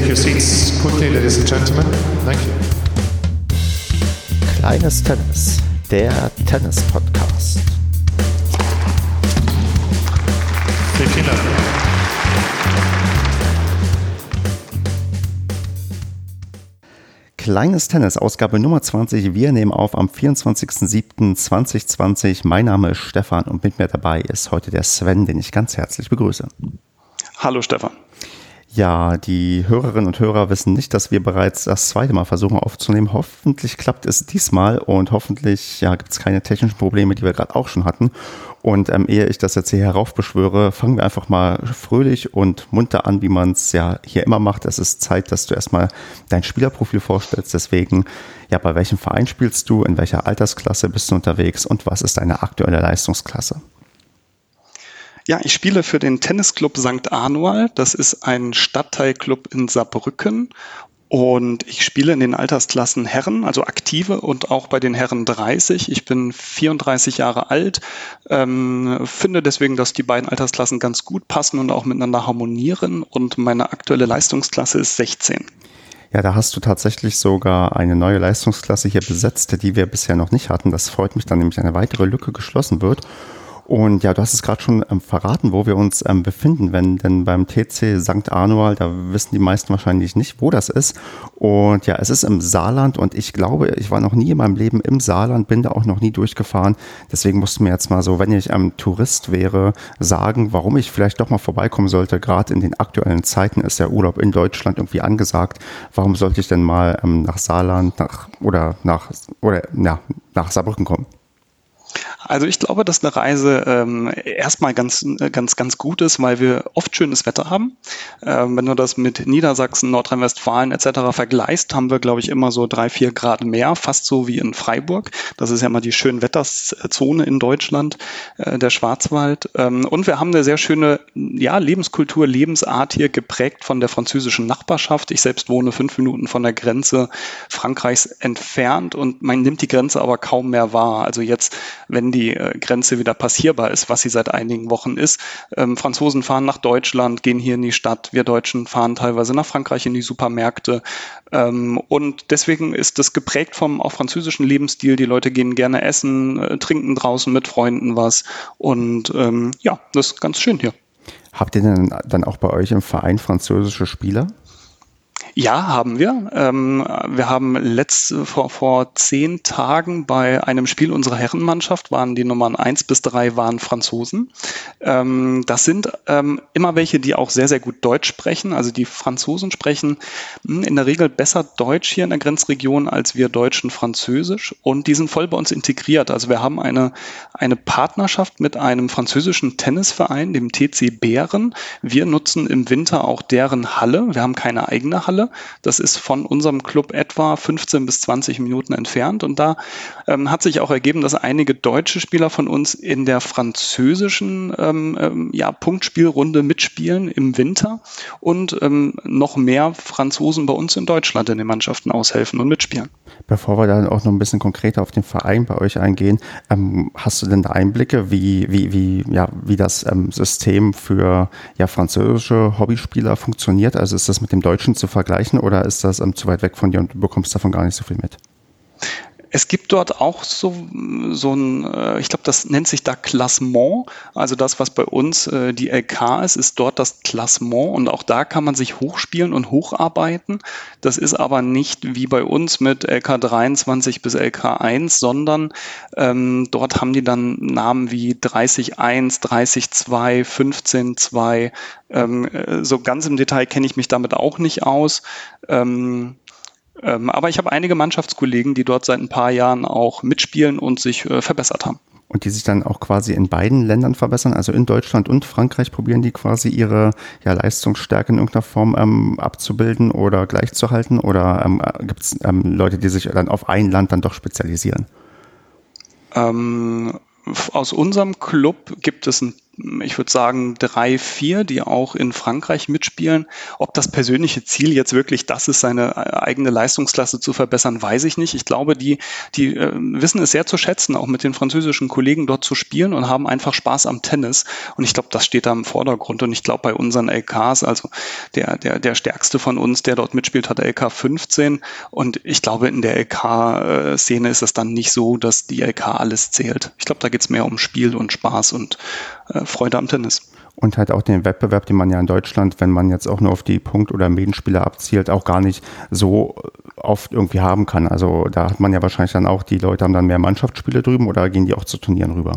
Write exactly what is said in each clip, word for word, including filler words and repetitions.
your seats quickly, ladies and gentlemen. Thank you. Kleines Tennis, der Tennis-Podcast. Vielen Dank. Kleines Tennis, Ausgabe Nummer zwanzig. Wir nehmen auf am vierundzwanzigsten siebten zweitausendzwanzig. Mein Name ist Stefan und mit mir dabei ist heute der Sven, den ich ganz herzlich begrüße. Hallo Stefan. Ja, die Hörerinnen und Hörer wissen nicht, dass wir bereits das zweite Mal versuchen aufzunehmen. Hoffentlich klappt es diesmal und hoffentlich ja, gibt es keine technischen Probleme, die wir gerade auch schon hatten. Und ähm, ehe ich das jetzt hier heraufbeschwöre, fangen wir einfach mal fröhlich und munter an, wie man es ja hier immer macht. Es ist Zeit, dass du erstmal dein Spielerprofil vorstellst. Deswegen, ja, bei welchem Verein spielst du, in welcher Altersklasse bist du unterwegs und was ist deine aktuelle Leistungsklasse? Ja, ich spiele für den Tennisclub Sankt Anual. Das ist ein Stadtteilclub in Saarbrücken. Und ich spiele in den Altersklassen Herren, also aktive und auch bei den Herren dreißig. Ich bin vierunddreißig Jahre alt, ähm, finde deswegen, dass die beiden Altersklassen ganz gut passen und auch miteinander harmonieren. Und meine aktuelle Leistungsklasse ist sechzehn. Ja, da hast du tatsächlich sogar eine neue Leistungsklasse hier besetzt, die wir bisher noch nicht hatten. Das freut mich dann, nämlich eine weitere Lücke geschlossen wird. Und ja, du hast es gerade schon ähm, verraten, wo wir uns ähm, befinden, wenn denn beim T C Sankt Anual, da wissen die meisten wahrscheinlich nicht, wo das ist. Und ja, es ist im Saarland und ich glaube, ich war noch nie in meinem Leben im Saarland, bin da auch noch nie durchgefahren. Deswegen musst du mir jetzt mal so, wenn ich ähm, Tourist wäre, sagen, warum ich vielleicht doch mal vorbeikommen sollte. Gerade in den aktuellen Zeiten ist der Urlaub in Deutschland irgendwie angesagt. Warum sollte ich denn mal ähm, nach Saarland nach, oder nach oder ja, nach Saarbrücken kommen? Also ich glaube, dass eine Reise ähm, erstmal ganz, ganz, ganz gut ist, weil wir oft schönes Wetter haben. Ähm, wenn du das mit Niedersachsen, Nordrhein-Westfalen et cetera vergleichst, haben wir, glaube ich, immer so drei, vier Grad mehr, fast so wie in Freiburg. Das ist ja mal die Schönwetterzone in Deutschland, äh, der Schwarzwald. Ähm, und wir haben eine sehr schöne ja, Lebenskultur, Lebensart hier geprägt von der französischen Nachbarschaft. Ich selbst wohne fünf Minuten von der Grenze Frankreichs entfernt und man nimmt die Grenze aber kaum mehr wahr. Also jetzt, wenn die äh, Grenze wieder passierbar ist, was sie seit einigen Wochen ist. Ähm, Franzosen fahren nach Deutschland, gehen hier in die Stadt. Wir Deutschen fahren teilweise nach Frankreich in die Supermärkte. Ähm, und deswegen ist das geprägt vom auch französischen Lebensstil. Die Leute gehen gerne essen, äh, trinken draußen mit Freunden was. Und ähm, ja, das ist ganz schön hier. Habt ihr denn dann auch bei euch im Verein französische Spieler? Ja, haben wir. Ähm, wir haben letzt, vor, vor zehn Tagen bei einem Spiel unserer Herrenmannschaft waren die Nummern eins bis drei waren Franzosen. Ähm, das sind ähm, immer welche, die auch sehr, sehr gut Deutsch sprechen. Also die Franzosen sprechen mh, in der Regel besser Deutsch hier in der Grenzregion als wir Deutschen Französisch. Und die sind voll bei uns integriert. Also wir haben eine, eine Partnerschaft mit einem französischen Tennisverein, dem T C Bären. Wir nutzen im Winter auch deren Halle. Wir haben keine eigene Halle. Das ist von unserem Club etwa fünfzehn bis zwanzig Minuten entfernt und da ähm, hat sich auch ergeben, dass einige deutsche Spieler von uns in der französischen ähm, ähm, ja, Punktspielrunde mitspielen im Winter und ähm, noch mehr Franzosen bei uns in Deutschland in den Mannschaften aushelfen und mitspielen. Bevor wir dann auch noch ein bisschen konkreter auf den Verein bei euch eingehen, ähm, hast du denn da Einblicke, wie, wie, wie, ja, wie das ähm, System für ja, französische Hobbyspieler funktioniert? Also ist das mit dem Deutschen zu vergleichen oder ist das ähm, zu weit weg von dir und du bekommst davon gar nicht so viel mit? Es gibt dort auch so, so ein, ich glaube, das nennt sich da Klassement. Also das, was bei uns äh, die L K ist, ist dort das Klassement. Und auch da kann man sich hochspielen und hocharbeiten. Das ist aber nicht wie bei uns mit L K dreiundzwanzig bis L K eins, sondern ähm, dort haben die dann Namen wie dreißig eins, dreißig zwei, fünfzehn zwei. Ähm, so ganz im Detail kenne ich mich damit auch nicht aus. Ähm, Ähm, aber ich habe einige Mannschaftskollegen, die dort seit ein paar Jahren auch mitspielen und sich äh, verbessert haben. Und die sich dann auch quasi in beiden Ländern verbessern, also in Deutschland und Frankreich probieren die quasi ihre ja, Leistungsstärke in irgendeiner Form ähm, abzubilden oder gleichzuhalten? Oder ähm, gibt es ähm, Leute, die sich dann auf ein Land dann doch spezialisieren? Ähm, aus unserem Club gibt es ein ich würde sagen, drei, vier, die auch in Frankreich mitspielen. Ob das persönliche Ziel jetzt wirklich das ist, seine eigene Leistungsklasse zu verbessern, weiß ich nicht. Ich glaube, die, die äh, wissen es sehr zu schätzen, auch mit den französischen Kollegen dort zu spielen und haben einfach Spaß am Tennis. Und ich glaube, das steht da im Vordergrund. Und ich glaube, bei unseren L Ks, also der, der, der stärkste von uns, der dort mitspielt, hat L K fünfzehn. Und ich glaube, in der L K-Szene ist es dann nicht so, dass die L K alles zählt. Ich glaube, da geht es mehr um Spiel und Spaß und äh, Freude am Tennis. Und halt auch den Wettbewerb, den man ja in Deutschland, wenn man jetzt auch nur auf die Punkt- oder Medenspiele abzielt, auch gar nicht so oft irgendwie haben kann. Also da hat man ja wahrscheinlich dann auch, die Leute haben dann mehr Mannschaftsspiele drüben oder gehen die auch zu Turnieren rüber?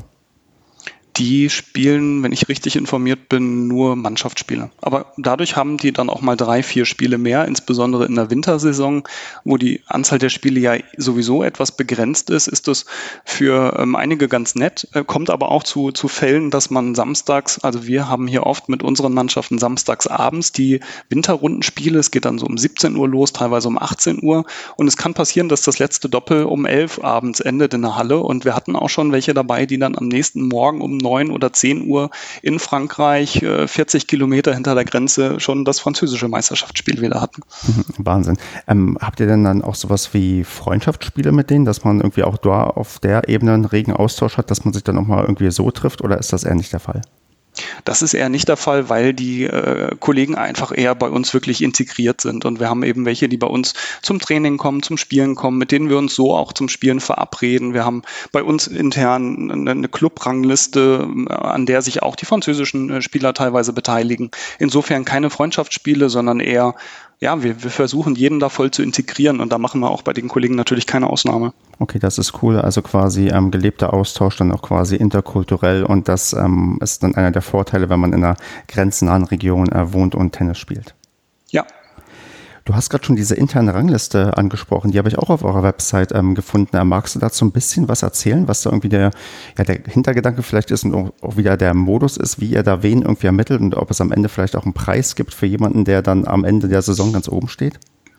Die spielen, wenn ich richtig informiert bin, nur Mannschaftsspiele. Aber dadurch haben die dann auch mal drei, vier Spiele mehr, insbesondere in der Wintersaison, wo die Anzahl der Spiele ja sowieso etwas begrenzt ist, ist das für ähm, einige ganz nett. Äh, kommt aber auch zu, zu Fällen, dass man samstags, also wir haben hier oft mit unseren Mannschaften samstags abends die Winterrundenspiele. Es geht dann so um siebzehn Uhr los, teilweise um achtzehn Uhr. Und es kann passieren, dass das letzte Doppel um elf abends endet in der Halle. Und wir hatten auch schon welche dabei, die dann am nächsten Morgen um neun oder zehn Uhr in Frankreich, vierzig Kilometer hinter der Grenze, schon das französische Meisterschaftsspiel wieder hatten. Wahnsinn. Ähm, habt ihr denn dann auch sowas wie Freundschaftsspiele mit denen, dass man irgendwie auch da auf der Ebene einen regen Austausch hat, dass man sich dann auch mal irgendwie so trifft, oder ist das eher nicht der Fall? Das ist eher nicht der Fall, weil die äh, Kollegen einfach eher bei uns wirklich integriert sind. Und wir haben eben welche, die bei uns zum Training kommen, zum Spielen kommen, mit denen wir uns so auch zum Spielen verabreden. Wir haben bei uns intern eine, eine Clubrangliste, an der sich auch die französischen Spieler teilweise beteiligen. Insofern keine Freundschaftsspiele, sondern eher, ja, wir, wir versuchen jeden da voll zu integrieren. Und da machen wir auch bei den Kollegen natürlich keine Ausnahme. Okay, das ist cool. Also quasi ähm, gelebter Austausch, dann auch quasi interkulturell, und das ähm, ist dann einer der Vorteile, wenn man in einer grenznahen Region äh, wohnt und Tennis spielt. Ja. Du hast gerade schon diese interne Rangliste angesprochen, die habe ich auch auf eurer Website ähm, gefunden. Äh, magst du dazu ein bisschen was erzählen, was da irgendwie der, ja, der Hintergedanke vielleicht ist und auch, auch wieder der Modus ist, wie ihr da wen irgendwie ermittelt und ob es am Ende vielleicht auch einen Preis gibt für jemanden, der dann am Ende der Saison ganz oben steht?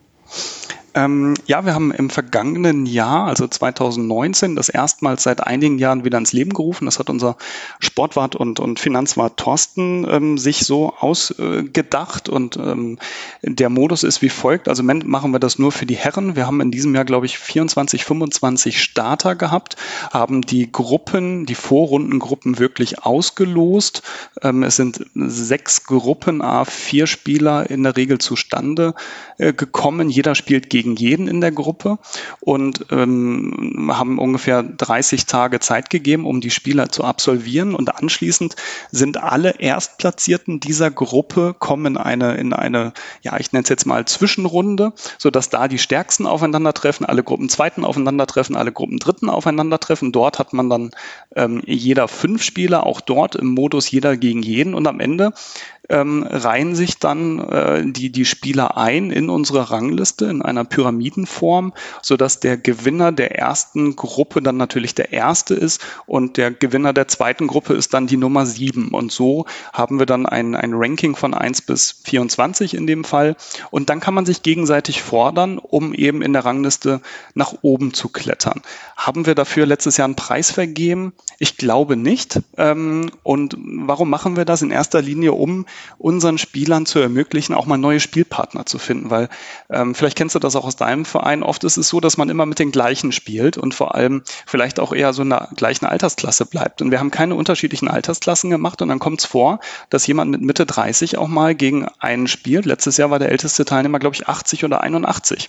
Ähm, ja, wir haben im vergangenen Jahr, also zweitausendneunzehn, das erstmals seit einigen Jahren wieder ins Leben gerufen. Das hat unser Sportwart und, und Finanzwart Thorsten ähm, sich so ausgedacht. Äh, und ähm, der Modus ist wie folgt. Also im Moment machen wir das nur für die Herren. Wir haben in diesem Jahr, glaube ich, vierundzwanzig, fünfundzwanzig Starter gehabt, haben die Gruppen, die Vorrundengruppen wirklich ausgelost. Ähm, es sind sechs Gruppen, a vier Spieler in der Regel zustande äh, gekommen. Jeder spielt gegen jeden in der Gruppe und ähm, haben ungefähr dreißig Tage Zeit gegeben, um die Spieler zu absolvieren, und anschließend sind alle Erstplatzierten dieser Gruppe kommen in eine, in eine, ja, ich nenne es jetzt mal Zwischenrunde, sodass da die Stärksten aufeinandertreffen, alle Gruppen Zweiten aufeinandertreffen, alle Gruppen Dritten aufeinandertreffen. Dort hat man dann ähm, jeder fünf Spieler, auch dort im Modus jeder gegen jeden, und am Ende ähm, reihen sich dann äh, die, die Spieler ein in unsere Rangliste in einer Pyramidenform, sodass der Gewinner der ersten Gruppe dann natürlich der Erste ist und der Gewinner der zweiten Gruppe ist dann die Nummer sieben. Und so haben wir dann ein, ein Ranking von eins bis vierundzwanzig in dem Fall. Und dann kann man sich gegenseitig fordern, um eben in der Rangliste nach oben zu klettern. Haben wir dafür letztes Jahr einen Preis vergeben? Ich glaube nicht. Ähm, und warum machen wir das? In erster Linie, um unseren Spielern zu ermöglichen, auch mal neue Spielpartner zu finden, weil ähm, vielleicht kennst du das auch aus deinem Verein. Oft ist es so, dass man immer mit den gleichen spielt und vor allem vielleicht auch eher so in der gleichen Altersklasse bleibt. Und wir haben keine unterschiedlichen Altersklassen gemacht, und dann kommt es vor, dass jemand mit Mitte dreißig auch mal gegen einen spielt. Letztes Jahr war der älteste Teilnehmer, glaube ich, achtzig oder einundachtzig.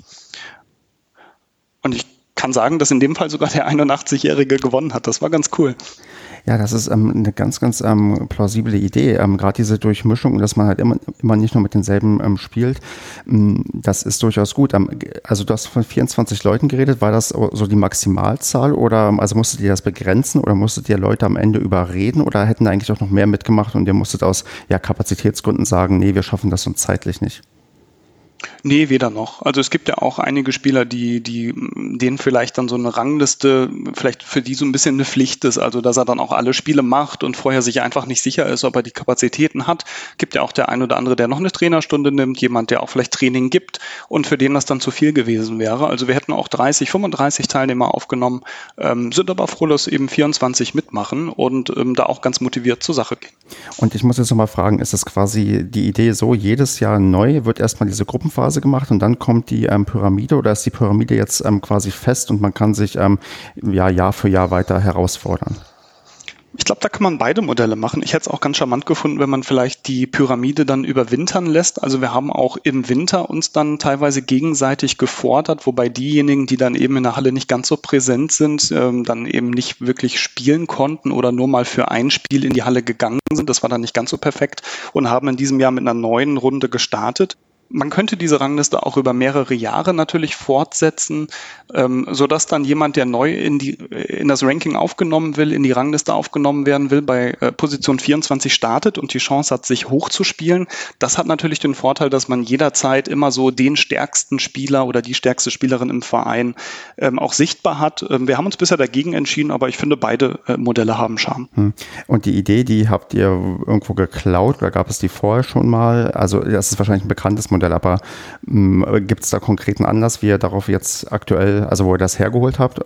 Und ich kann sagen, dass in dem Fall sogar der einundachtzigjährige gewonnen hat. Das war ganz cool. Ja, das ist ähm, eine ganz, ganz ähm, plausible Idee. Ähm, Gerade diese Durchmischung, dass man halt immer, immer nicht nur mit denselben ähm, spielt, ähm, das ist durchaus gut. Ähm, also du hast von vierundzwanzig Leuten geredet. War das so die Maximalzahl, oder also musstet ihr das begrenzen oder musstet ihr Leute am Ende überreden, oder hätten da eigentlich auch noch mehr mitgemacht und ihr musstet aus ja, Kapazitätsgründen sagen, nee, wir schaffen das uns zeitlich nicht? Nee, weder noch. Also es gibt ja auch einige Spieler, die, die, denen vielleicht dann so eine Rangliste, vielleicht für die so ein bisschen eine Pflicht ist, also dass er dann auch alle Spiele macht und vorher sich einfach nicht sicher ist, ob er die Kapazitäten hat. Gibt ja auch der ein oder andere, der noch eine Trainerstunde nimmt, jemand, der auch vielleicht Training gibt und für den das dann zu viel gewesen wäre. Also wir hätten auch dreißig, fünfunddreißig Teilnehmer aufgenommen, ähm, sind aber froh, dass eben vierundzwanzig mitmachen und ähm, da auch ganz motiviert zur Sache gehen. Und ich muss jetzt nochmal fragen, ist es quasi die Idee so, jedes Jahr neu wird erstmal diese Gruppenphase gemacht und dann kommt die ähm, Pyramide, oder ist die Pyramide jetzt ähm, quasi fest und man kann sich ähm, ja, Jahr für Jahr weiter herausfordern? Ich glaube, da kann man beide Modelle machen. Ich hätte es auch ganz charmant gefunden, wenn man vielleicht die Pyramide dann überwintern lässt. Also wir haben auch im Winter uns dann teilweise gegenseitig gefordert, wobei diejenigen, die dann eben in der Halle nicht ganz so präsent sind, ähm, dann eben nicht wirklich spielen konnten oder nur mal für ein Spiel in die Halle gegangen sind. Das war dann nicht ganz so perfekt und haben in diesem Jahr mit einer neuen Runde gestartet. Man könnte diese Rangliste auch über mehrere Jahre natürlich fortsetzen, ähm, sodass dann jemand, der neu in die in das Ranking aufgenommen will, in die Rangliste aufgenommen werden will, bei äh, Position vierundzwanzig startet und die Chance hat, sich hochzuspielen. Das hat natürlich den Vorteil, dass man jederzeit immer so den stärksten Spieler oder die stärkste Spielerin im Verein ähm, auch sichtbar hat. Ähm, wir haben uns bisher dagegen entschieden, aber ich finde, beide äh, Modelle haben Charme. Und die Idee, die habt ihr irgendwo geklaut oder gab es die vorher schon mal? Also das ist wahrscheinlich ein bekanntes Modell, aber gibt es da konkreten Anlass, wie ihr darauf jetzt aktuell, also wo ihr das hergeholt habt?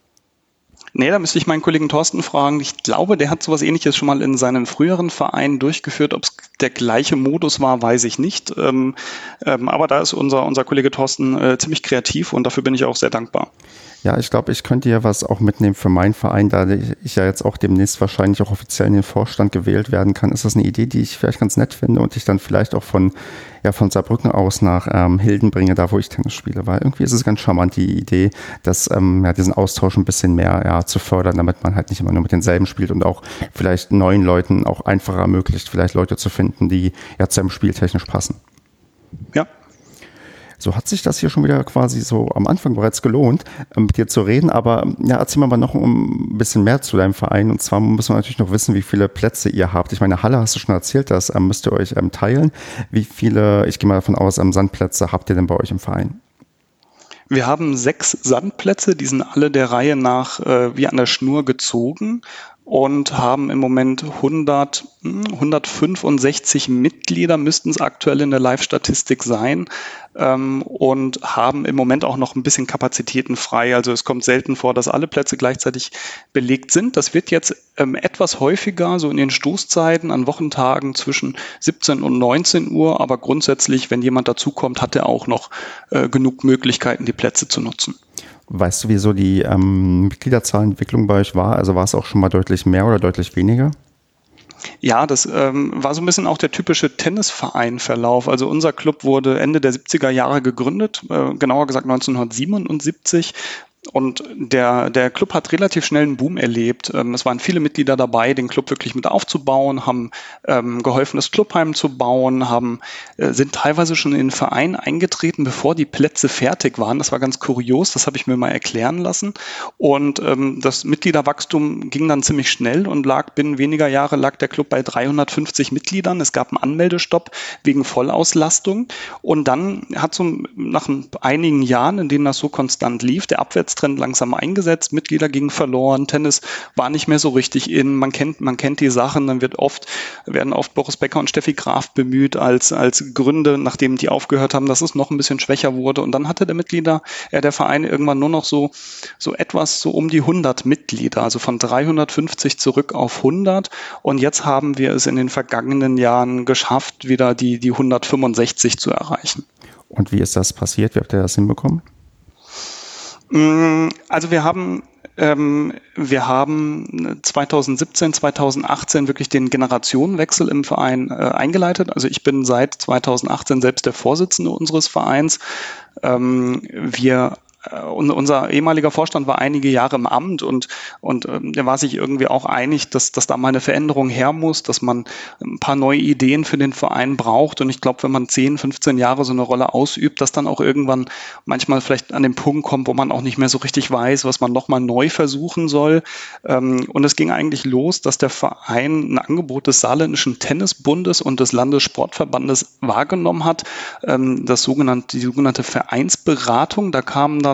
Nee, da müsste ich meinen Kollegen Thorsten fragen. Ich glaube, der hat sowas Ähnliches schon mal in seinem früheren Verein durchgeführt. Ob es der gleiche Modus war, weiß ich nicht. Ähm, ähm, aber da ist unser, unser Kollege Thorsten äh, ziemlich kreativ und dafür bin ich auch sehr dankbar. Ja, ich glaube, ich könnte ja was auch mitnehmen für meinen Verein, da ich ja jetzt auch demnächst wahrscheinlich auch offiziell in den Vorstand gewählt werden kann. Ist das eine Idee, die ich vielleicht ganz nett finde und ich dann vielleicht auch von, ja, von Saarbrücken aus nach ähm, Hilden bringe, da wo ich Tennis spiele, weil irgendwie ist es ganz charmant, die Idee, dass, ähm, ja, diesen Austausch ein bisschen mehr, ja, zu fördern, damit man halt nicht immer nur mit denselben spielt und auch vielleicht neuen Leuten auch einfacher ermöglicht, vielleicht Leute zu finden, die ja zu einem Spiel technisch passen. Ja. So hat sich das hier schon wieder quasi so am Anfang bereits gelohnt, mit dir zu reden. Aber ja, erzähl mal noch ein bisschen mehr zu deinem Verein. Und zwar müssen wir natürlich noch wissen, wie viele Plätze ihr habt. Ich meine, Halle hast du schon erzählt, das ähm, müsst ihr euch ähm, teilen. Wie viele, ich gehe mal davon aus, ähm, Sandplätze habt ihr denn bei euch im Verein? Wir haben sechs Sandplätze, die sind alle der Reihe nach äh, wie an der Schnur gezogen und haben im Moment hundert, hundertfünfundsechzig Mitglieder, müssten es aktuell in der Live-Statistik sein, ähm, und haben im Moment auch noch ein bisschen Kapazitäten frei. Also es kommt selten vor, dass alle Plätze gleichzeitig belegt sind. Das wird jetzt ähm, etwas häufiger, so in den Stoßzeiten, an Wochentagen zwischen siebzehn und neunzehn Uhr, aber grundsätzlich, wenn jemand dazukommt, hat er auch noch äh, genug Möglichkeiten, die Plätze zu nutzen. Weißt du, wieso die ähm, Mitgliederzahlentwicklung bei euch war? Also war es auch schon mal deutlich mehr oder deutlich weniger? Ja, das ähm, war so ein bisschen auch der typische Tennisverein-Verlauf. Also unser Club wurde Ende der siebziger Jahre gegründet, äh, genauer gesagt neunzehnhundertsiebenundsiebzig. Und der, der Club hat relativ schnell einen Boom erlebt. Ähm, es waren viele Mitglieder dabei, den Club wirklich mit aufzubauen, haben ähm, geholfen, das Clubheim zu bauen, haben, äh, sind teilweise schon in den Verein eingetreten, bevor die Plätze fertig waren. Das war ganz kurios, das habe ich mir mal erklären lassen. Und ähm, das Mitgliederwachstum ging dann ziemlich schnell und lag binnen weniger Jahre lag der Club bei dreihundertfünfzig Mitgliedern. Es gab einen Anmeldestopp wegen Vollauslastung. Und dann hat so nach einigen Jahren, in denen das so konstant lief, der Abwärts Trend langsam eingesetzt, Mitglieder gingen verloren, Tennis war nicht mehr so richtig in, man kennt, man kennt die Sachen, dann wird oft, werden oft Boris Becker und Steffi Graf bemüht als, als Gründe, nachdem die aufgehört haben, dass es noch ein bisschen schwächer wurde und dann hatte der Mitglieder, äh, der Verein irgendwann nur noch so, so etwas, so um die hundert Mitglieder, also von dreihundertfünfzig zurück auf hundert und jetzt haben wir es in den vergangenen Jahren geschafft, wieder die, die hundertfünfundsechzig zu erreichen. Und wie ist das passiert? Wie habt ihr das hinbekommen? Also wir haben, ähm, wir haben zweitausendsiebzehn, zweitausendachtzehn wirklich den Generationenwechsel im Verein äh, eingeleitet. Also ich bin seit zweitausendachtzehn selbst der Vorsitzende unseres Vereins. Ähm, wir Und unser ehemaliger Vorstand war einige Jahre im Amt und, und ähm, der war sich irgendwie auch einig, dass, dass da mal eine Veränderung her muss, dass man ein paar neue Ideen für den Verein braucht. Und ich glaube, wenn man zehn, fünfzehn Jahre so eine Rolle ausübt, dass dann auch irgendwann manchmal vielleicht an den Punkt kommt, wo man auch nicht mehr so richtig weiß, was man nochmal neu versuchen soll. Ähm, und es ging eigentlich los, dass der Verein ein Angebot des Saarländischen Tennisbundes und des Landessportverbandes wahrgenommen hat. Ähm, das sogenannte, die sogenannte Vereinsberatung, da kamen dann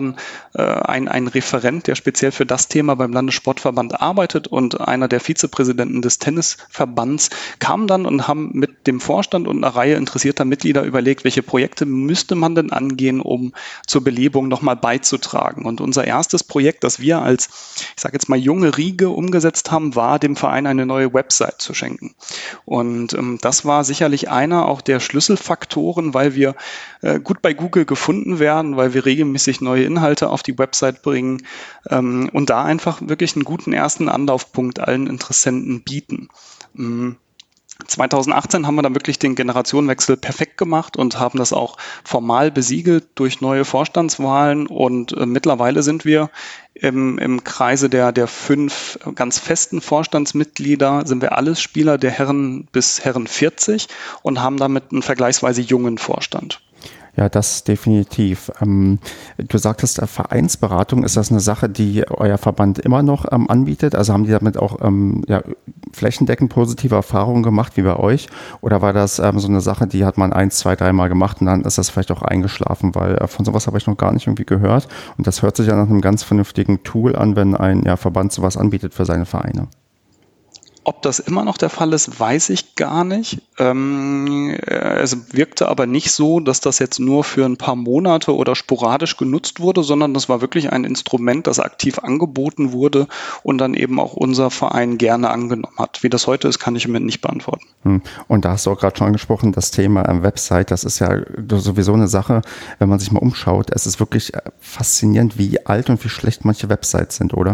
dann äh, ein, ein Referent, der speziell für das Thema beim Landessportverband arbeitet, und einer der Vizepräsidenten des Tennisverbands kamen dann und haben mit dem Vorstand und einer Reihe interessierter Mitglieder überlegt, welche Projekte müsste man denn angehen, um zur Belebung nochmal beizutragen. Und unser erstes Projekt, das wir als, ich sage jetzt mal, junge Riege umgesetzt haben, war, dem Verein eine neue Website zu schenken. Und ähm, das war sicherlich einer auch der Schlüsselfaktoren, weil wir äh, gut bei Google gefunden werden, weil wir regelmäßig neue Inhalte auf die Website bringen ähm, und da einfach wirklich einen guten ersten Anlaufpunkt allen Interessenten bieten. Ähm, zweitausendachtzehn haben wir dann wirklich den Generationenwechsel perfekt gemacht und haben das auch formal besiegelt durch neue Vorstandswahlen, und äh, mittlerweile sind wir im, im Kreise der, der fünf ganz festen Vorstandsmitglieder, sind wir alles Spieler der Herren bis Herren vierzig und haben damit einen vergleichsweise jungen Vorstand. Ja, das definitiv. Ähm, du sagtest, äh, Vereinsberatung, ist das eine Sache, die euer Verband immer noch ähm, anbietet? Also haben die damit auch ähm, ja, flächendeckend positive Erfahrungen gemacht wie bei euch? Oder war das ähm, so eine Sache, die hat man eins, zwei, dreimal gemacht und dann ist das vielleicht auch eingeschlafen? Weil äh, von sowas habe ich noch gar nicht irgendwie gehört. Und das hört sich ja nach einem ganz vernünftigen Tool an, wenn ein ja, Verband sowas anbietet für seine Vereine. Ob das immer noch der Fall ist, weiß ich gar nicht. Ähm, es wirkte aber nicht so, dass das jetzt nur für ein paar Monate oder sporadisch genutzt wurde, sondern das war wirklich ein Instrument, das aktiv angeboten wurde und dann eben auch unser Verein gerne angenommen hat. Wie das heute ist, kann ich mir nicht beantworten. Und da hast du auch gerade schon angesprochen, das Thema ähm, Website, das ist ja sowieso eine Sache, wenn man sich mal umschaut. Es ist wirklich faszinierend, wie alt und wie schlecht manche Websites sind, oder?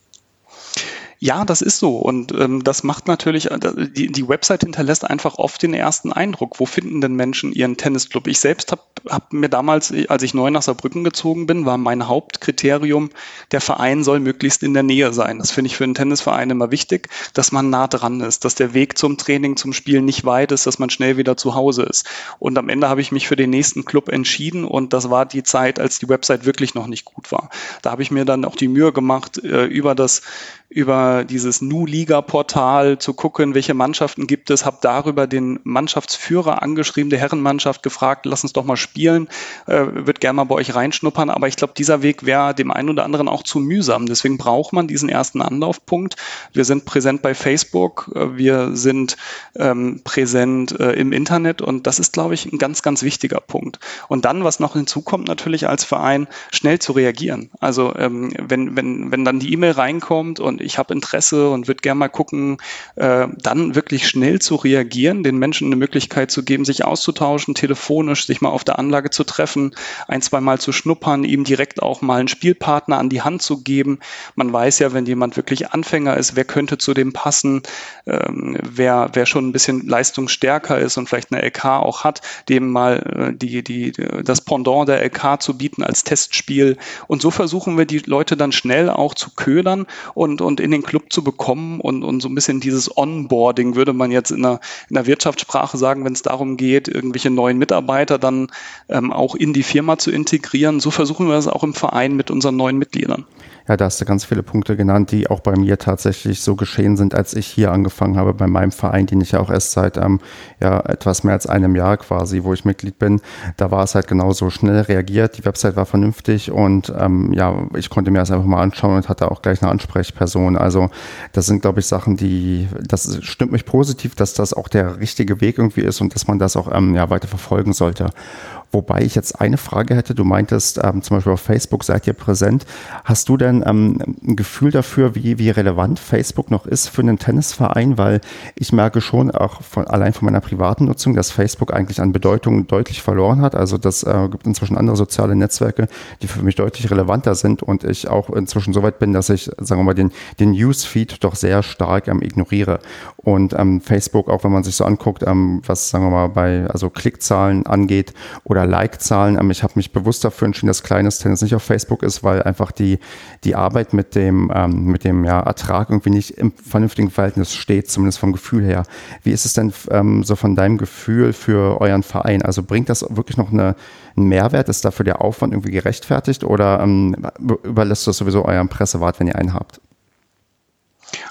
Ja, das ist so, und ähm, das macht natürlich, die, die Website hinterlässt einfach oft den ersten Eindruck. Wo finden denn Menschen ihren Tennisclub? Ich selbst habe hab mir damals, als ich neu nach Saarbrücken gezogen bin, war mein Hauptkriterium, der Verein soll möglichst in der Nähe sein. Das finde ich für einen Tennisverein immer wichtig, dass man nah dran ist, dass der Weg zum Training, zum Spielen nicht weit ist, dass man schnell wieder zu Hause ist. Und am Ende habe ich mich für den nächsten Club entschieden, und das war die Zeit, als die Website wirklich noch nicht gut war. Da habe ich mir dann auch die Mühe gemacht, über das über dieses Nu-Liga-Portal zu gucken, welche Mannschaften gibt es, habe darüber den Mannschaftsführer angeschrieben, der Herrenmannschaft gefragt, lass uns doch mal spielen, äh, würde gerne mal bei euch reinschnuppern, aber ich glaube, dieser Weg wäre dem einen oder anderen auch zu mühsam, deswegen braucht man diesen ersten Anlaufpunkt. Wir sind präsent bei Facebook, äh, wir sind ähm, präsent äh, im Internet, und das ist, glaube ich, ein ganz, ganz wichtiger Punkt. Und dann, was noch hinzukommt, natürlich als Verein, schnell zu reagieren. Also ähm, wenn, wenn, wenn dann die E-Mail reinkommt und ich habe Interesse und würde gerne mal gucken, äh, dann wirklich schnell zu reagieren, den Menschen eine Möglichkeit zu geben, sich auszutauschen, telefonisch, sich mal auf der Anlage zu treffen, ein, zwei Mal zu schnuppern, ihm direkt auch mal einen Spielpartner an die Hand zu geben. Man weiß ja, wenn jemand wirklich Anfänger ist, wer könnte zu dem passen, ähm, wer, wer schon ein bisschen leistungsstärker ist und vielleicht eine L K auch hat, dem mal äh, die, die, das Pendant der L K zu bieten als Testspiel. Und so versuchen wir, die Leute dann schnell auch zu ködern und, und in den Club zu bekommen, und, und so ein bisschen dieses Onboarding, würde man jetzt in der, in der Wirtschaftssprache sagen, wenn es darum geht, irgendwelche neuen Mitarbeiter dann ähm, auch in die Firma zu integrieren. So versuchen wir das auch im Verein mit unseren neuen Mitgliedern. Ja, da hast du ganz viele Punkte genannt, die auch bei mir tatsächlich so geschehen sind, als ich hier angefangen habe bei meinem Verein, den ich ja auch erst seit ähm, ja, etwas mehr als einem Jahr quasi, wo ich Mitglied bin. Da war es halt genauso schnell reagiert, die Website war vernünftig, und ähm, ja, ich konnte mir das einfach mal anschauen und hatte auch gleich eine Ansprechperson. Also das sind, glaube ich, Sachen, die, das stimmt mich positiv, dass das auch der richtige Weg irgendwie ist und dass man das auch ähm, ja, weiter verfolgen sollte. Wobei ich jetzt eine Frage hätte, du meintest, ähm, zum Beispiel auf Facebook seid ihr präsent. Hast du denn ähm, ein Gefühl dafür, wie, wie relevant Facebook noch ist für einen Tennisverein? Weil ich merke schon, auch von, allein von meiner privaten Nutzung, dass Facebook eigentlich an Bedeutung deutlich verloren hat. Also das äh, gibt inzwischen andere soziale Netzwerke, die für mich deutlich relevanter sind, und ich auch inzwischen so weit bin, dass ich, sagen wir mal, den, den Newsfeed doch sehr stark ähm, ignoriere. Und ähm, Facebook, auch wenn man sich so anguckt, ähm, was, sagen wir mal, bei also Klickzahlen angeht oder Like-Zahlen. Ich habe mich bewusst dafür entschieden, dass kleines Tennis nicht auf Facebook ist, weil einfach die, die Arbeit mit dem, ähm, mit dem ja, Ertrag irgendwie nicht im vernünftigen Verhältnis steht, zumindest vom Gefühl her. Wie ist es denn ähm, so von deinem Gefühl für euren Verein? Also bringt das wirklich noch eine, einen Mehrwert? Ist dafür der Aufwand irgendwie gerechtfertigt, oder ähm, überlässt du das sowieso eurem Pressewart, wenn ihr einen habt?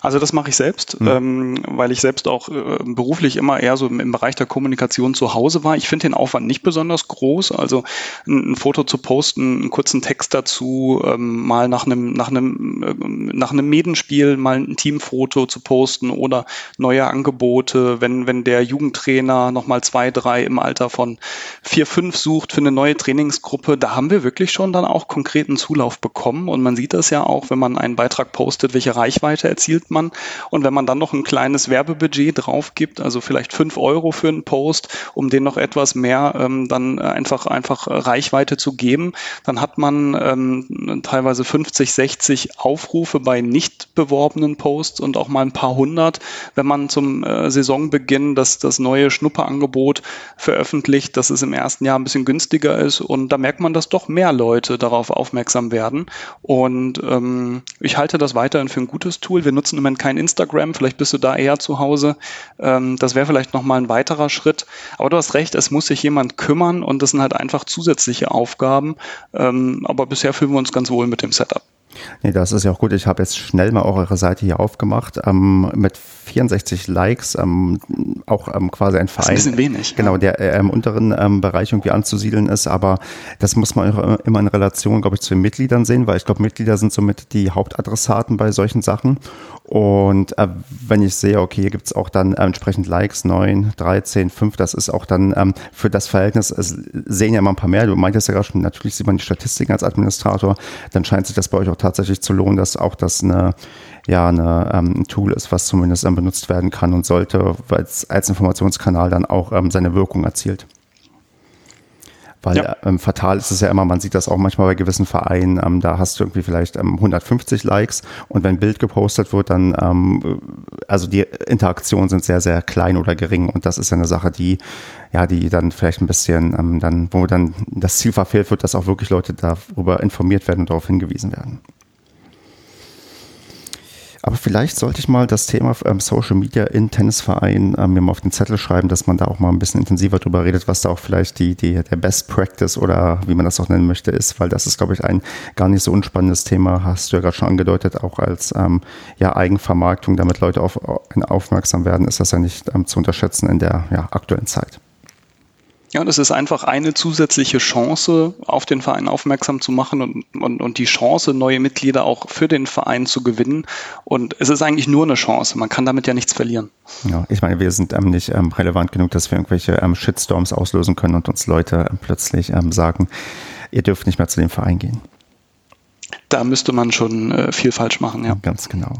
Also das mache ich selbst, Mhm. ähm, weil ich selbst auch äh, beruflich immer eher so im, im Bereich der Kommunikation zu Hause war. Ich finde den Aufwand nicht besonders groß. Also ein, ein Foto zu posten, einen kurzen Text dazu, ähm, mal nach einem nach einem äh, nach einem Medenspiel mal ein Teamfoto zu posten oder neue Angebote, wenn wenn der Jugendtrainer nochmal zwei, drei im Alter von vier, fünf sucht für eine neue Trainingsgruppe. Da haben wir wirklich schon dann auch konkreten Zulauf bekommen und man sieht das ja auch, wenn man einen Beitrag postet, welche Reichweite erzielt man. Und wenn man dann noch ein kleines Werbebudget drauf gibt, also vielleicht fünf Euro für einen Post, um den noch etwas mehr ähm, dann einfach, einfach Reichweite zu geben, dann hat man ähm, teilweise fünfzig, sechzig Aufrufe bei nicht beworbenen Posts und auch mal ein paar hundert, wenn man zum äh, Saisonbeginn das, das neue Schnupperangebot veröffentlicht, dass es im ersten Jahr ein bisschen günstiger ist und da merkt man, dass doch mehr Leute darauf aufmerksam werden und ähm, ich halte das weiterhin für ein gutes Tool. Wir nutzen im Moment kein Instagram, vielleicht bist du da eher zu Hause. Ähm, das wäre vielleicht nochmal ein weiterer Schritt. Aber du hast recht, es muss sich jemand kümmern und das sind halt einfach zusätzliche Aufgaben. Ähm, aber bisher fühlen wir uns ganz wohl mit dem Setup. Nee, das ist ja auch gut. Ich habe jetzt schnell mal auch eure Seite hier aufgemacht. Ähm, mit vierundsechzig Likes, ähm, auch ähm, quasi ein Verein. Das ist ein bisschen wenig. Genau, ja. der äh, im unteren ähm, Bereich irgendwie anzusiedeln ist. Aber das muss man auch immer in Relation, glaube ich, zu den Mitgliedern sehen, weil ich glaube, Mitglieder sind somit die Hauptadressaten bei solchen Sachen. Und äh, wenn ich sehe, okay, hier gibt es auch dann äh, entsprechend Likes, neun, dreizehn, fünf, das ist auch dann ähm, für das Verhältnis, es sehen ja mal ein paar mehr. Du meintest ja gerade schon, natürlich sieht man die Statistiken als Administrator, dann scheint sich das bei euch auch tatsächlich zu lohnen, dass auch das eine, ja, eine, ähm, ein Tool ist, was zumindest ähm, benutzt werden kann und sollte, weil es als Informationskanal dann auch ähm, seine Wirkung erzielt. Weil Ja. ähm, fatal ist es ja immer, man sieht das auch manchmal bei gewissen Vereinen, ähm, da hast du irgendwie vielleicht ähm, hundertfünfzig Likes und wenn ein Bild gepostet wird, dann, ähm, also die Interaktionen sind sehr, sehr klein oder gering und das ist ja eine Sache, die, ja, die dann vielleicht ein bisschen, ähm, dann, wo dann das Ziel verfehlt wird, dass auch wirklich Leute darüber informiert werden und darauf hingewiesen werden. Aber vielleicht sollte ich mal das Thema ähm, Social Media in Tennisvereinen ähm, mir mal auf den Zettel schreiben, dass man da auch mal ein bisschen intensiver drüber redet, was da auch vielleicht die, die, der Best Practice oder wie man das auch nennen möchte ist, weil das ist, glaube ich, ein gar nicht so unspannendes Thema, hast du ja gerade schon angedeutet, auch als ähm, ja, Eigenvermarktung, damit Leute auf, auf, aufmerksam werden, ist das ja nicht ähm, zu unterschätzen in der ja, aktuellen Zeit. Ja, und es ist einfach eine zusätzliche Chance, auf den Verein aufmerksam zu machen und, und, und die Chance, neue Mitglieder auch für den Verein zu gewinnen. Und es ist eigentlich nur eine Chance. Man kann damit ja nichts verlieren. Ja, ich meine, wir sind ähm, nicht ähm, relevant genug, dass wir irgendwelche ähm, Shitstorms auslösen können und uns Leute ähm, plötzlich ähm, sagen, ihr dürft nicht mehr zu dem Verein gehen. Da müsste man schon äh, viel falsch machen, ja. Ganz genau.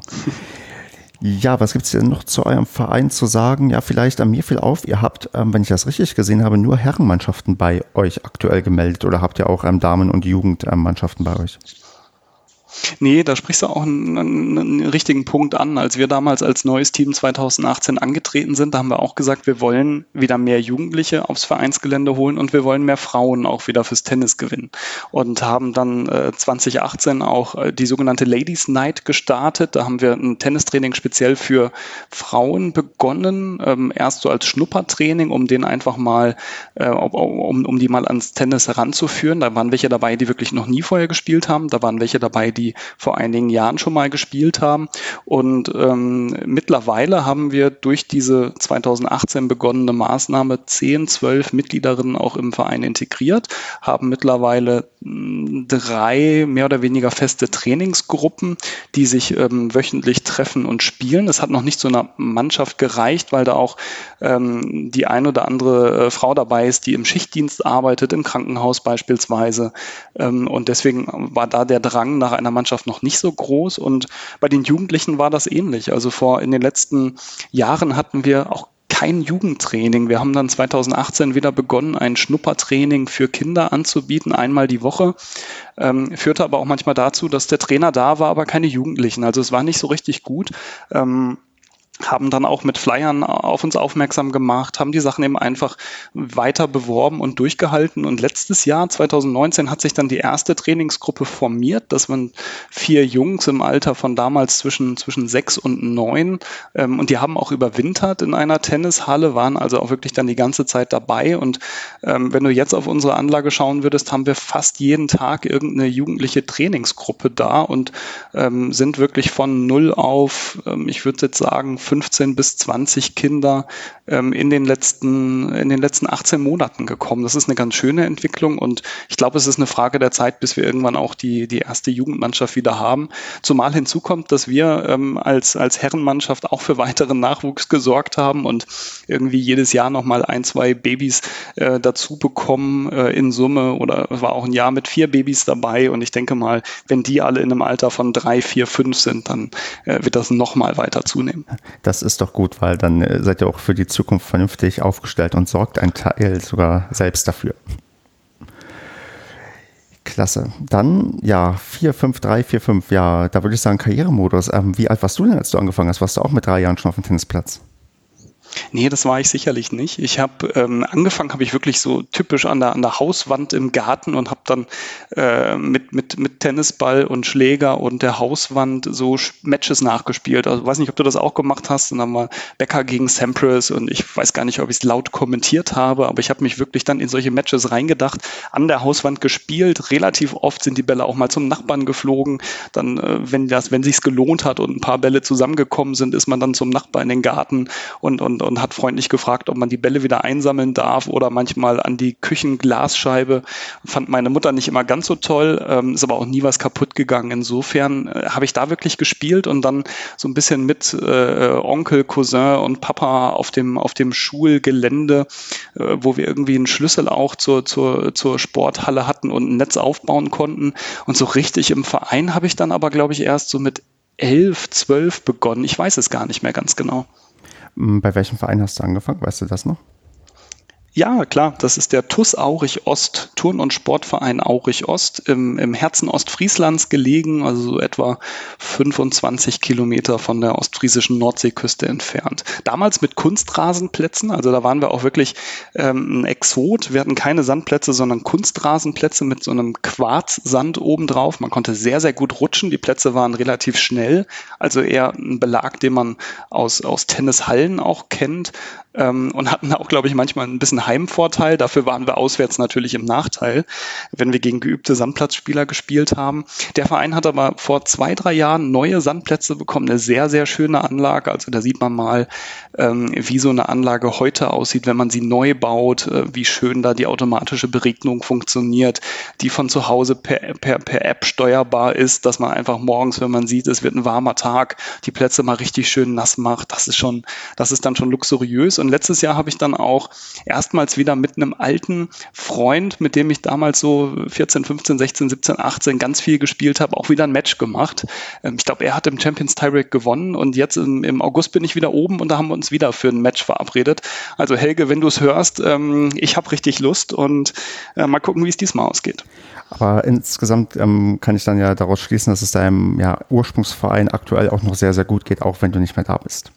Ja, was gibt es denn noch zu eurem Verein zu sagen? Ja, vielleicht an mir fiel auf, ihr habt, ähm, wenn ich das richtig gesehen habe, nur Herrenmannschaften bei euch aktuell gemeldet oder habt ihr auch ähm, Damen- und Jugendmannschaften bei euch? Nee, da sprichst du auch einen, einen, einen richtigen Punkt an. Als wir damals als neues Team zweitausendachtzehn angetreten sind, da haben wir auch gesagt, wir wollen wieder mehr Jugendliche aufs Vereinsgelände holen und wir wollen mehr Frauen auch wieder fürs Tennis gewinnen. Und haben dann äh, zweitausendachtzehn auch äh, die sogenannte Ladies Night gestartet. Da haben wir ein Tennistraining speziell für Frauen begonnen. Ähm, erst so als Schnuppertraining, um den einfach mal, äh, um, um die mal ans Tennis heranzuführen. Da waren welche dabei, die wirklich noch nie vorher gespielt haben. Da waren welche dabei, die die vor einigen Jahren schon mal gespielt haben. Und ähm, mittlerweile haben wir durch diese zweitausendachtzehn begonnene Maßnahme zehn, zwölf Mitgliederinnen auch im Verein integriert, haben mittlerweile mh, drei mehr oder weniger feste Trainingsgruppen, die sich ähm, wöchentlich treffen und spielen. Es hat noch nicht zu einer Mannschaft gereicht, weil da auch ähm, die ein oder andere äh, Frau dabei ist, die im Schichtdienst arbeitet, im Krankenhaus beispielsweise. Ähm, und deswegen war da der Drang nach einer Mannschaft noch nicht so groß und bei den Jugendlichen war das ähnlich. Also vor in den letzten Jahren hatten wir auch kein Jugendtraining. Wir haben dann zweitausendachtzehn wieder begonnen, ein Schnuppertraining für Kinder anzubieten, einmal die Woche. Ähm, führte aber auch manchmal dazu, dass der Trainer da war, aber keine Jugendlichen. Also es war nicht so richtig gut. Ähm, haben dann auch mit Flyern auf uns aufmerksam gemacht, haben die Sachen eben einfach weiter beworben und durchgehalten. Und letztes Jahr, zwanzig neunzehn, hat sich dann die erste Trainingsgruppe formiert. Das waren vier Jungs im Alter von damals zwischen, zwischen sechs und neun. Ähm, und die haben auch überwintert in einer Tennishalle, waren also auch wirklich dann die ganze Zeit dabei. Und ähm, wenn du jetzt auf unsere Anlage schauen würdest, haben wir fast jeden Tag irgendeine jugendliche Trainingsgruppe da und ähm, sind wirklich von null auf, ähm, ich würde jetzt sagen, fünfzehn bis zwanzig Kinder ähm, in den letzten, in den letzten achtzehn Monaten gekommen. Das ist eine ganz schöne Entwicklung und ich glaube, es ist eine Frage der Zeit, bis wir irgendwann auch die, die erste Jugendmannschaft wieder haben. Zumal hinzu kommt, dass wir ähm, als, als Herrenmannschaft auch für weiteren Nachwuchs gesorgt haben und irgendwie jedes Jahr nochmal ein, zwei Babys äh, dazu bekommen äh, in Summe, oder es war auch ein Jahr mit vier Babys dabei und ich denke mal, wenn die alle in einem Alter von drei, vier, fünf sind, dann äh, wird das nochmal weiter zunehmen. Das ist doch gut, weil dann äh, seid ihr auch für die Zukunft vernünftig aufgestellt und sorgt ein Teil sogar selbst dafür. Klasse. Dann, ja, vier, fünf, drei, vier, fünf, ja, da würde ich sagen Karrieremodus. Ähm, wie alt warst du denn, als du angefangen hast? Warst du auch mit drei Jahren schon auf dem Tennisplatz? Nee, das war ich sicherlich nicht. Ich habe ähm, angefangen, habe ich wirklich so typisch an der an der Hauswand im Garten und habe dann äh, mit mit mit Tennisball und Schläger und der Hauswand so Matches nachgespielt. Also weiß nicht, ob du das auch gemacht hast. Und dann war Becker gegen Sampras und ich weiß gar nicht, ob ich es laut kommentiert habe, aber ich habe mich wirklich dann in solche Matches reingedacht, an der Hauswand gespielt. Relativ oft sind die Bälle auch mal zum Nachbarn geflogen. Dann, äh, wenn das, wenn sich's gelohnt hat und ein paar Bälle zusammengekommen sind, ist man dann zum Nachbarn in den Garten und und und hat freundlich gefragt, ob man die Bälle wieder einsammeln darf oder manchmal an die Küchenglasscheibe. Fand meine Mutter nicht immer ganz so toll, ähm, ist aber auch nie was kaputt gegangen. Insofern äh, habe ich da wirklich gespielt und dann so ein bisschen mit äh, Onkel, Cousin und Papa auf dem auf dem Schulgelände, äh, wo wir irgendwie einen Schlüssel auch zur zur zur Sporthalle hatten und ein Netz aufbauen konnten. Und so richtig im Verein habe ich dann aber, glaube ich, erst so mit elf, zwölf begonnen. Ich weiß es gar nicht mehr ganz genau. Bei welchem Verein hast du angefangen? Weißt du das noch? Ja, klar, das ist der T U S Aurich Ost, Turn- und Sportverein Aurich Ost, im, im Herzen Ostfrieslands gelegen, also so etwa fünfundzwanzig Kilometer von der ostfriesischen Nordseeküste entfernt. Damals mit Kunstrasenplätzen, also da waren wir auch wirklich ähm, ein Exot. Wir hatten keine Sandplätze, sondern Kunstrasenplätze mit so einem Quarzsand obendrauf. Man konnte sehr, sehr gut rutschen. Die Plätze waren relativ schnell, also eher ein Belag, den man aus, aus Tennishallen auch kennt. Ähm, und hatten auch, glaube ich, manchmal ein bisschen Heimvorteil. Dafür waren wir auswärts natürlich im Nachteil, wenn wir gegen geübte Sandplatzspieler gespielt haben. Der Verein hat aber vor zwei, drei Jahren neue Sandplätze bekommen, eine sehr, sehr schöne Anlage. Also da sieht man mal, ähm, wie so eine Anlage heute aussieht, wenn man sie neu baut, äh, wie schön da die automatische Beregnung funktioniert, die von zu Hause per, per, per App steuerbar ist, dass man einfach morgens, wenn man sieht, es wird ein warmer Tag, die Plätze mal richtig schön nass macht. Das ist schon, das ist dann schon luxuriös. Und letztes Jahr habe ich dann auch erstmals wieder mit einem alten Freund, mit dem ich damals so vierzehn, fünfzehn, sechzehn, siebzehn, achtzehn ganz viel gespielt habe, auch wieder ein Match gemacht. Ähm, ich glaube, er hat im Champions Tiebreak gewonnen und jetzt im, im August bin ich wieder oben und da haben wir uns wieder für ein Match verabredet. Also Helge, wenn du es hörst, ähm, ich habe richtig Lust und äh, mal gucken, wie es diesmal ausgeht. Aber insgesamt ähm, kann ich dann ja daraus schließen, dass es deinem ja, Ursprungsverein aktuell auch noch sehr, sehr gut geht, auch wenn du nicht mehr da bist.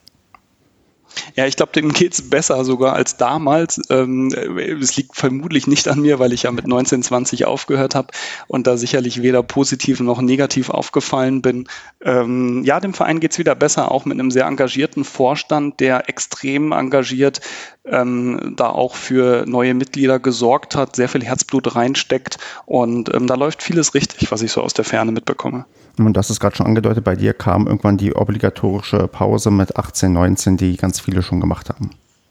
Ja, ich glaube, dem geht's besser sogar als damals. Ähm, es liegt vermutlich nicht an mir, weil ich ja mit neunzehn, zwanzig aufgehört habe und da sicherlich weder positiv noch negativ aufgefallen bin. Ähm, ja, dem Verein geht's wieder besser, auch mit einem sehr engagierten Vorstand, der extrem engagiert ähm, da auch für neue Mitglieder gesorgt hat, sehr viel Herzblut reinsteckt und ähm, da läuft vieles richtig, was ich so aus der Ferne mitbekomme. Und das ist gerade schon angedeutet, bei dir kam irgendwann die obligatorische Pause mit achtzehn, neunzehn, die ganz viele schon gemacht haben.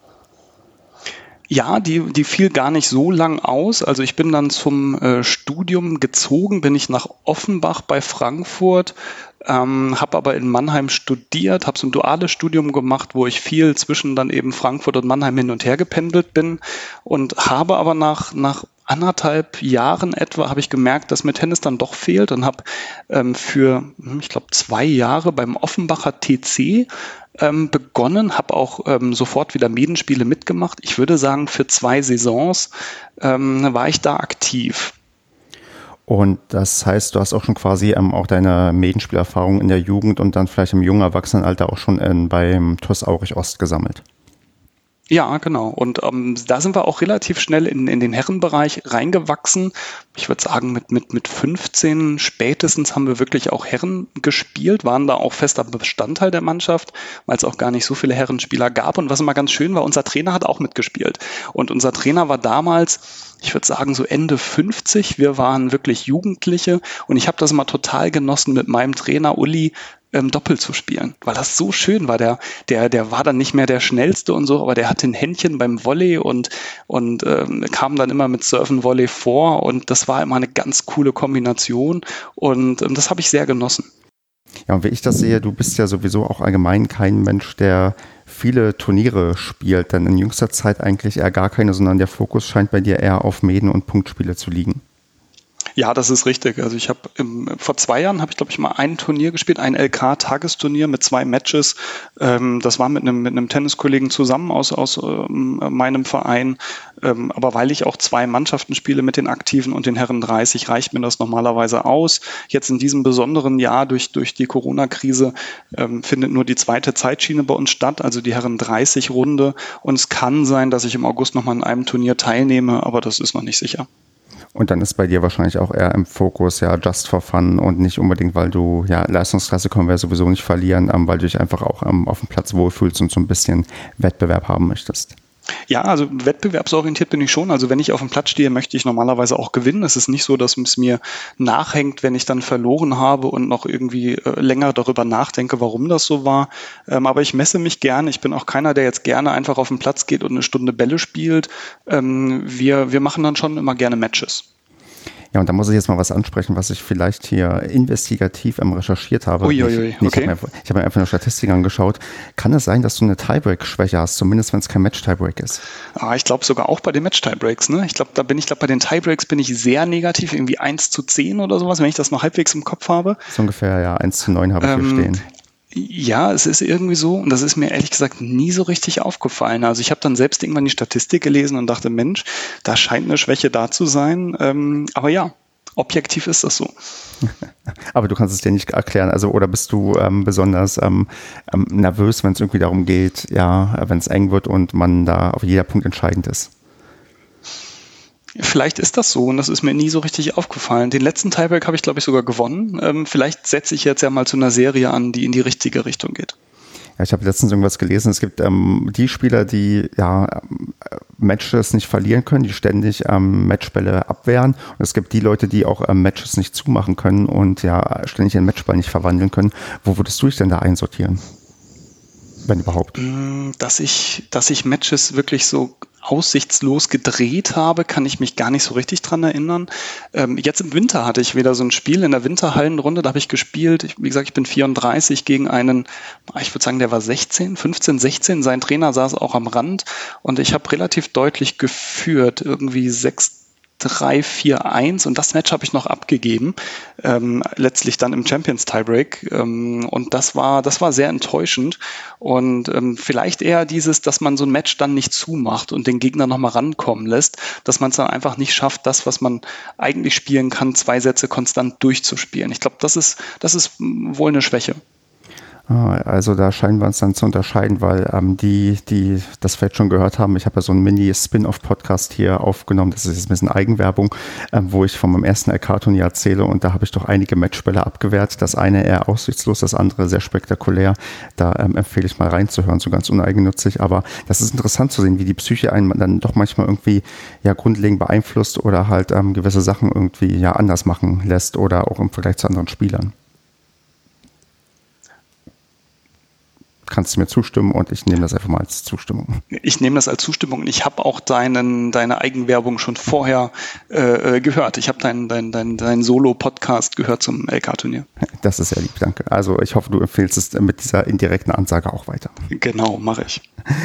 Ja, die, die fiel gar nicht so lang aus. Also ich bin dann zum äh, Studium gezogen, bin ich nach Offenbach bei Frankfurt, ähm, habe aber in Mannheim studiert, habe so ein duales Studium gemacht, wo ich viel zwischen dann eben Frankfurt und Mannheim hin und her gependelt bin und habe aber nach, nach anderthalb Jahren etwa habe ich gemerkt, dass mir Tennis dann doch fehlt und habe ähm, für, ich glaube, zwei Jahre beim Offenbacher T C ähm, begonnen, habe auch ähm, sofort wieder Medenspiele mitgemacht. Ich würde sagen, für zwei Saisons ähm, war ich da aktiv. Und das heißt, du hast auch schon quasi ähm, auch deine Medenspielerfahrung in der Jugend und dann vielleicht im jungen Erwachsenenalter auch schon in, beim T U S Aurich Ost gesammelt. Ja, genau. Und ähm, da sind wir auch relativ schnell in, in den Herrenbereich reingewachsen. Ich würde sagen, mit, mit, mit fünfzehn spätestens haben wir wirklich auch Herren gespielt, waren da auch fester Bestandteil der Mannschaft, weil es auch gar nicht so viele Herrenspieler gab. Und was immer ganz schön war, unser Trainer hat auch mitgespielt. Und unser Trainer war damals, ich würde sagen, so Ende fünfzig. Wir waren wirklich Jugendliche. Und ich habe das immer total genossen, mit meinem Trainer Uli ähm, Doppel zu spielen, weil das so schön war. Der, der, der war dann nicht mehr der Schnellste und so, aber der hatte ein Händchen beim Volley und, und ähm, kam dann immer mit Surfen Volley vor. Und das war immer eine ganz coole Kombination. Und ähm, das habe ich sehr genossen. Ja, und wie ich das sehe, du bist ja sowieso auch allgemein kein Mensch, der viele Turniere spielt, denn in jüngster Zeit eigentlich eher gar keine, sondern der Fokus scheint bei dir eher auf Meden- und Punktspiele zu liegen. Ja, das ist richtig. Also ich habe vor zwei Jahren habe ich glaube ich mal ein Turnier gespielt, ein L K-Tagesturnier mit zwei Matches. Ähm, das war mit einem mit einem Tenniskollegen zusammen aus aus ähm, meinem Verein. Ähm, aber weil ich auch zwei Mannschaften spiele mit den Aktiven und den Herren dreißig, reicht mir das normalerweise aus. Jetzt in diesem besonderen Jahr durch durch die Corona-Krise ähm, findet nur die zweite Zeitschiene bei uns statt, also die Herren dreißig Runde. Und es kann sein, dass ich im August noch mal an einem Turnier teilnehme, aber das ist noch nicht sicher. Und dann ist bei dir wahrscheinlich auch eher im Fokus, ja, just for fun und nicht unbedingt, weil du, ja, Leistungsklasse können wir sowieso nicht verlieren, ähm, weil du dich einfach auch ähm, auf dem Platz wohlfühlst und so ein bisschen Wettbewerb haben möchtest. Ja, also wettbewerbsorientiert bin ich schon. Also wenn ich auf dem Platz stehe, möchte ich normalerweise auch gewinnen. Es ist nicht so, dass es mir nachhängt, wenn ich dann verloren habe und noch irgendwie äh, länger darüber nachdenke, warum das so war. Ähm, aber ich messe mich gerne. Ich bin auch keiner, der jetzt gerne einfach auf den Platz geht und eine Stunde Bälle spielt. Ähm, wir, wir machen dann schon immer gerne Matches. Ja, und da muss ich jetzt mal was ansprechen, was ich vielleicht hier investigativ ähm, recherchiert habe. Uiuiui, ich nee, okay. Ich habe mir, ich hab mir einfach eine Statistik angeschaut. Kann es sein, dass du eine Tiebreak-Schwäche hast, zumindest wenn es kein Match-Tiebreak ist? Ah, ich glaube sogar auch bei den Match-Tiebreaks. Ne? Ich glaube, da bin ich glaube bei den Tiebreaks bin ich sehr negativ, irgendwie eins zu zehn oder sowas, wenn ich das noch halbwegs im Kopf habe. So ungefähr, ja, eins zu neun habe ich ähm, hier stehen. Ja, es ist irgendwie so, und das ist mir ehrlich gesagt nie so richtig aufgefallen. Also ich habe dann selbst irgendwann die Statistik gelesen und dachte, Mensch, da scheint eine Schwäche da zu sein. Ähm, aber ja, objektiv ist das so. Aber du kannst es dir nicht erklären, also oder bist du ähm, besonders ähm, ähm, nervös, wenn es irgendwie darum geht, ja, wenn es eng wird und man da auf jeder Punkt entscheidend ist? Vielleicht ist das so und das ist mir nie so richtig aufgefallen. Den letzten Tiebreak habe ich, glaube ich, sogar gewonnen. Ähm, vielleicht setze ich jetzt ja mal zu einer Serie an, die in die richtige Richtung geht. Ja, ich habe letztens irgendwas gelesen. Es gibt ähm, die Spieler, die ja Matches nicht verlieren können, die ständig ähm, Matchbälle abwehren. Und es gibt die Leute, die auch ähm, Matches nicht zumachen können und ja ständig einen Matchball nicht verwandeln können. Wo würdest du dich denn da einsortieren? Wenn überhaupt. Dass ich, dass ich Matches wirklich so aussichtslos gedreht habe, kann ich mich gar nicht so richtig dran erinnern. Ähm, jetzt im Winter hatte ich wieder so ein Spiel in der Winterhallenrunde, da habe ich gespielt. Ich, wie gesagt, ich bin vierunddreißig gegen einen, ich würde sagen, der war sechzehn, fünfzehn, sechzehn. Sein Trainer saß auch am Rand und ich habe relativ deutlich geführt, irgendwie sechs drei vier eins und das Match habe ich noch abgegeben, ähm, letztlich dann im Champions Tiebreak ähm, und das war das war sehr enttäuschend und ähm, vielleicht eher dieses, dass man so ein Match dann nicht zumacht und den Gegner nochmal rankommen lässt, dass man es dann einfach nicht schafft, das, was man eigentlich spielen kann, zwei Sätze konstant durchzuspielen. Ich glaube, das ist, das ist wohl eine Schwäche. Also da scheinen wir uns dann zu unterscheiden, weil ähm, die, die das vielleicht schon gehört haben, ich habe ja so einen Mini-Spin-Off-Podcast hier aufgenommen, das ist jetzt ein bisschen Eigenwerbung, ähm, wo ich von meinem ersten L K-Turnier erzähle und da habe ich doch einige Matchbälle abgewehrt. Das eine eher aussichtslos, das andere sehr spektakulär. Da ähm, empfehle ich mal reinzuhören, so ganz uneigennützig. Aber das ist interessant zu sehen, wie die Psyche einen dann doch manchmal irgendwie ja grundlegend beeinflusst oder halt ähm, gewisse Sachen irgendwie ja anders machen lässt oder auch im Vergleich zu anderen Spielern. Kannst du mir zustimmen und ich nehme das einfach mal als Zustimmung. Ich nehme das als Zustimmung und ich habe auch deinen, deine Eigenwerbung schon vorher äh, gehört. Ich habe deinen dein, dein, dein Solo-Podcast gehört zum L K-Turnier. Das ist sehr lieb, danke. Also ich hoffe, du empfehlst es mit dieser indirekten Ansage auch weiter. Genau, mache ich.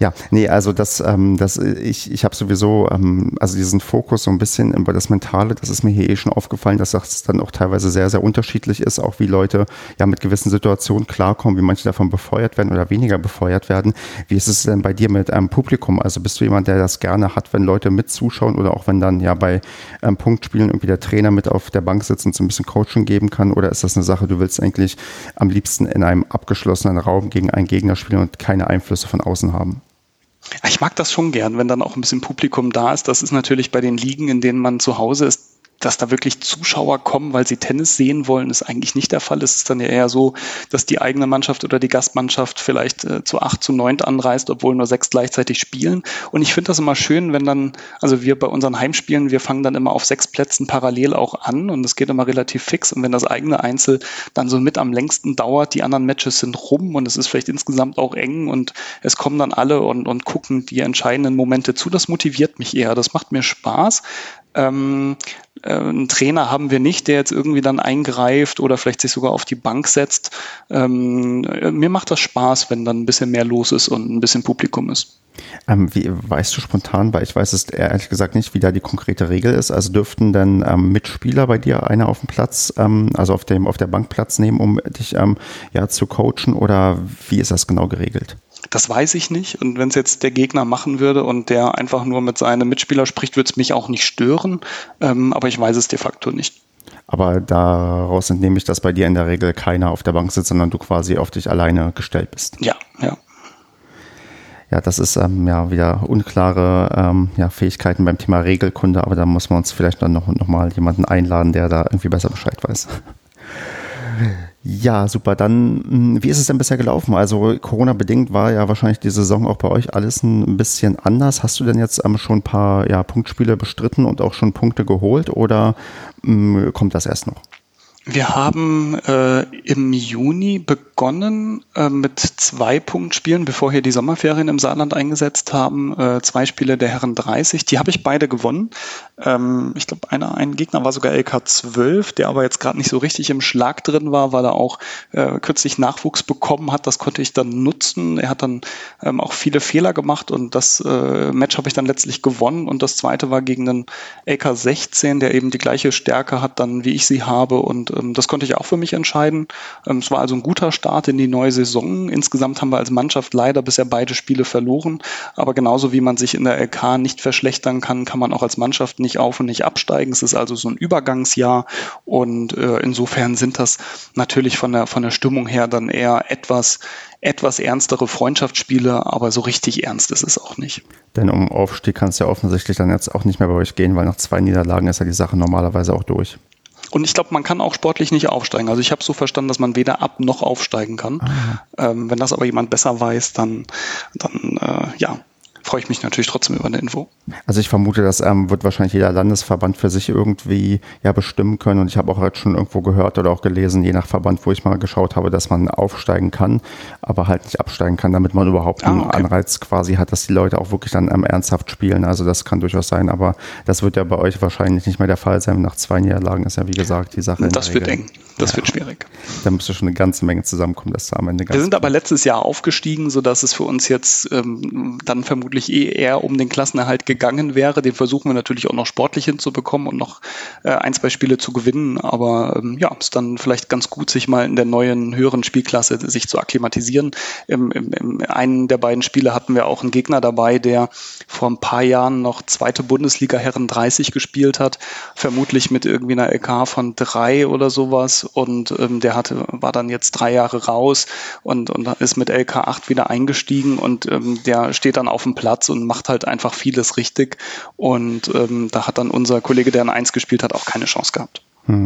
Ja, nee, also das, ähm, das ich, ich habe sowieso, ähm, also diesen Fokus so ein bisschen über das Mentale, das ist mir hier eh schon aufgefallen, dass das dann auch teilweise sehr, sehr unterschiedlich ist, auch wie Leute ja mit gewissen Situationen klarkommen, wie manche davon befeuert werden oder weniger befeuert werden. Wie ist es denn bei dir mit einem Publikum? Also bist du jemand, der das gerne hat, wenn Leute mit zuschauen oder auch wenn dann ja bei ähm, Punktspielen irgendwie der Trainer mit auf der Bank sitzt und so ein bisschen Coaching geben kann? Oder ist das eine Sache, du willst eigentlich am liebsten in einem abgeschlossenen Raum gegen einen Gegner spielen und keine Einflüsse von außen haben? Ich mag das schon gern, wenn dann auch ein bisschen Publikum da ist. Das ist natürlich bei den Ligen, in denen man zu Hause ist, dass da wirklich Zuschauer kommen, weil sie Tennis sehen wollen, ist eigentlich nicht der Fall. Es ist dann ja eher so, dass die eigene Mannschaft oder die Gastmannschaft vielleicht äh, zu acht, zu neunt anreist, obwohl nur sechs gleichzeitig spielen. Und ich finde das immer schön, wenn dann, also wir bei unseren Heimspielen, wir fangen dann immer auf sechs Plätzen parallel auch an und es geht immer relativ fix. Und wenn das eigene Einzel dann so mit am längsten dauert, die anderen Matches sind rum und es ist vielleicht insgesamt auch eng und es kommen dann alle und, und gucken die entscheidenden Momente zu, das motiviert mich eher. Das macht mir Spaß. Ähm, äh, einen Trainer haben wir nicht, der jetzt irgendwie dann eingreift oder vielleicht sich sogar auf die Bank setzt. Ähm, mir macht das Spaß, wenn dann ein bisschen mehr los ist und ein bisschen Publikum ist. Ähm, wie, weißt du spontan, weil ich weiß es ehrlich gesagt nicht, wie da die konkrete Regel ist. Also dürften denn ähm, Mitspieler bei dir einer auf dem Platz, ähm, also auf dem auf der Bank Platz nehmen, um dich ähm, ja zu coachen oder wie ist das genau geregelt? Das weiß ich nicht. Und wenn es jetzt der Gegner machen würde und der einfach nur mit seinem Mitspieler spricht, würde es mich auch nicht stören. Ähm, aber ich weiß es de facto nicht. Aber daraus entnehme ich, dass bei dir in der Regel keiner auf der Bank sitzt, sondern du quasi auf dich alleine gestellt bist. Ja, ja. Ja, das ist ähm, ja wieder unklare ähm, ja, Fähigkeiten beim Thema Regelkunde, aber da muss man uns vielleicht dann noch, noch mal jemanden einladen, der da irgendwie besser Bescheid weiß. Ja, super. Dann, wie ist es denn bisher gelaufen? Also Corona-bedingt war ja wahrscheinlich die Saison auch bei euch alles ein bisschen anders. Hast du denn jetzt ähm, schon ein paar ja, Punktspiele bestritten und auch schon Punkte geholt oder ähm, kommt das erst noch? Wir haben äh, im Juni begonnen äh, mit zwei Punktspielen, bevor hier die Sommerferien im Saarland eingesetzt haben. Äh, zwei Spiele der Herren dreißig, die habe ich beide gewonnen. Ähm, ich glaube, einer, ein Gegner war sogar L K zwölf, der aber jetzt gerade nicht so richtig im Schlag drin war, weil er auch äh, kürzlich Nachwuchs bekommen hat. Das konnte ich dann nutzen. Er hat dann ähm, auch viele Fehler gemacht und das äh, Match habe ich dann letztlich gewonnen. Und das zweite war gegen den L K sechzehn, der eben die gleiche Stärke hat dann, wie ich sie habe, und das konnte ich auch für mich entscheiden. Es war also ein guter Start in die neue Saison. Insgesamt haben wir als Mannschaft leider bisher beide Spiele verloren. Aber genauso wie man sich in der L K nicht verschlechtern kann, kann man auch als Mannschaft nicht auf- und nicht absteigen. Es ist also so ein Übergangsjahr. Und äh, insofern sind das natürlich von der, von der Stimmung her dann eher etwas, etwas ernstere Freundschaftsspiele. Aber so richtig ernst ist es auch nicht. Denn um Aufstieg kann es ja offensichtlich dann jetzt auch nicht mehr bei euch gehen, weil nach zwei Niederlagen ist ja die Sache normalerweise auch durch. Und ich glaube, man kann auch sportlich nicht aufsteigen. Also ich habe so verstanden, dass man weder ab- noch aufsteigen kann. Ähm, wenn das aber jemand besser weiß, dann, dann äh, ja, freue ich mich natürlich trotzdem über eine Info. Also ich vermute, das ähm, wird wahrscheinlich jeder Landesverband für sich irgendwie ja bestimmen können. Und ich habe auch jetzt schon irgendwo gehört oder auch gelesen, je nach Verband, wo ich mal geschaut habe, dass man aufsteigen kann, aber halt nicht absteigen kann, damit man überhaupt einen ah, okay. Anreiz quasi hat, dass die Leute auch wirklich dann ähm, ernsthaft spielen. Also das kann durchaus sein, aber das wird ja bei euch wahrscheinlich nicht mehr der Fall sein. Nach zwei Niederlagen ist ja, wie gesagt, die Sache. Das wird eng. Das ja. wird schwierig. Da müsste schon eine ganze Menge zusammenkommen, dass da am Ende ganz. Wir sind aber letztes Jahr aufgestiegen, sodass es für uns jetzt ähm, dann vermutlich eh eher um den Klassenerhalt gegangen wäre. Den versuchen wir natürlich auch noch sportlich hinzubekommen und noch äh, ein, zwei Spiele zu gewinnen. Aber ähm, ja, ist dann vielleicht ganz gut, sich mal in der neuen, höheren Spielklasse sich zu akklimatisieren. Im, im, im einen der beiden Spiele hatten wir auch einen Gegner dabei, der vor ein paar Jahren noch zweite Bundesliga Herren dreißig gespielt hat. Vermutlich mit irgendwie einer L K von drei oder sowas. Und ähm, der hatte, war dann jetzt drei Jahre raus und, und ist mit L K acht wieder eingestiegen und ähm, der steht dann auf dem Platz und macht halt einfach vieles richtig. Und ähm, da hat dann unser Kollege, der in eins gespielt hat, auch keine Chance gehabt. Hm.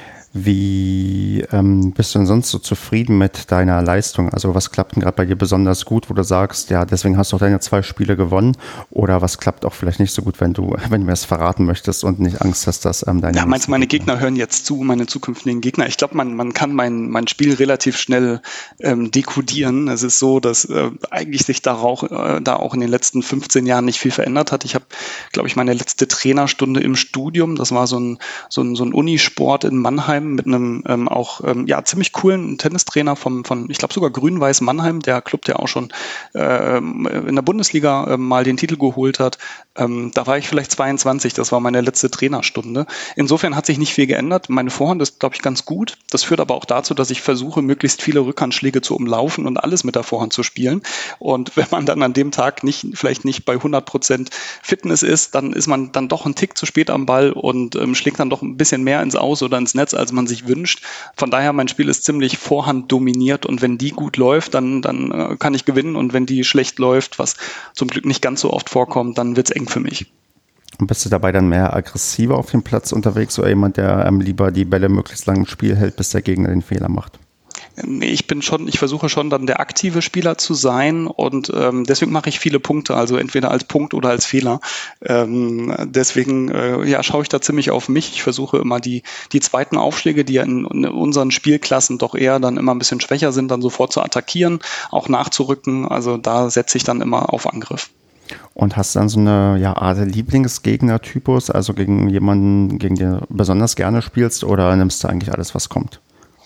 Wie ähm, bist du denn sonst so zufrieden mit deiner Leistung? Also was klappt denn gerade bei dir besonders gut, wo du sagst, ja, deswegen hast du auch deine zwei Spiele gewonnen? Oder was klappt auch vielleicht nicht so gut, wenn du, wenn du mir das verraten möchtest und nicht Angst hast, dass ähm, deine... Ja, meinst du, meine Gegner hören jetzt zu, meine zukünftigen Gegner? Ich glaube, man, man kann mein, mein Spiel relativ schnell ähm, dekodieren. Es ist so, dass äh, eigentlich sich da auch, äh, da auch in den letzten fünfzehn Jahren nicht viel verändert hat. Ich habe, glaube ich, meine letzte Trainerstunde im Studium, das war so ein, so ein, so ein Unisport in Mannheim, Mannheim mit einem ähm, auch ähm, ja ziemlich coolen Tennistrainer vom, von, ich glaube sogar Grün-Weiß Mannheim, der Club, der auch schon äh, in der Bundesliga äh, mal den Titel geholt hat. Ähm, da war ich vielleicht zweiundzwanzig, das war meine letzte Trainerstunde. Insofern hat sich nicht viel geändert. Meine Vorhand ist, glaube ich, ganz gut. Das führt aber auch dazu, dass ich versuche, möglichst viele Rückhandschläge zu umlaufen und alles mit der Vorhand zu spielen. Und wenn man dann an dem Tag nicht, vielleicht nicht bei hundert Prozent Fitness ist, dann ist man dann doch einen Tick zu spät am Ball und ähm, schlägt dann doch ein bisschen mehr ins Aus oder ins Netz, als man sich wünscht. Von daher, mein Spiel ist ziemlich Vorhand dominiert und wenn die gut läuft, dann, dann äh, kann ich gewinnen und wenn die schlecht läuft, was zum Glück nicht ganz so oft vorkommt, dann wird's eng für mich. Und bist du dabei dann mehr aggressiver auf dem Platz unterwegs oder jemand, der ähm, lieber die Bälle möglichst lang im Spiel hält, bis der Gegner den Fehler macht? Nee, ich bin schon, ich versuche schon dann der aktive Spieler zu sein und ähm, deswegen mache ich viele Punkte, also entweder als Punkt oder als Fehler. Ähm, deswegen äh, ja, schaue ich da ziemlich auf mich. Ich versuche immer die, die zweiten Aufschläge, die ja in, in unseren Spielklassen doch eher dann immer ein bisschen schwächer sind, dann sofort zu attackieren, auch nachzurücken. Also da setze ich dann immer auf Angriff. Und hast du dann so eine ja, Art Lieblingsgegner-Typus, also gegen jemanden, gegen den du besonders gerne spielst oder nimmst du eigentlich alles, was kommt?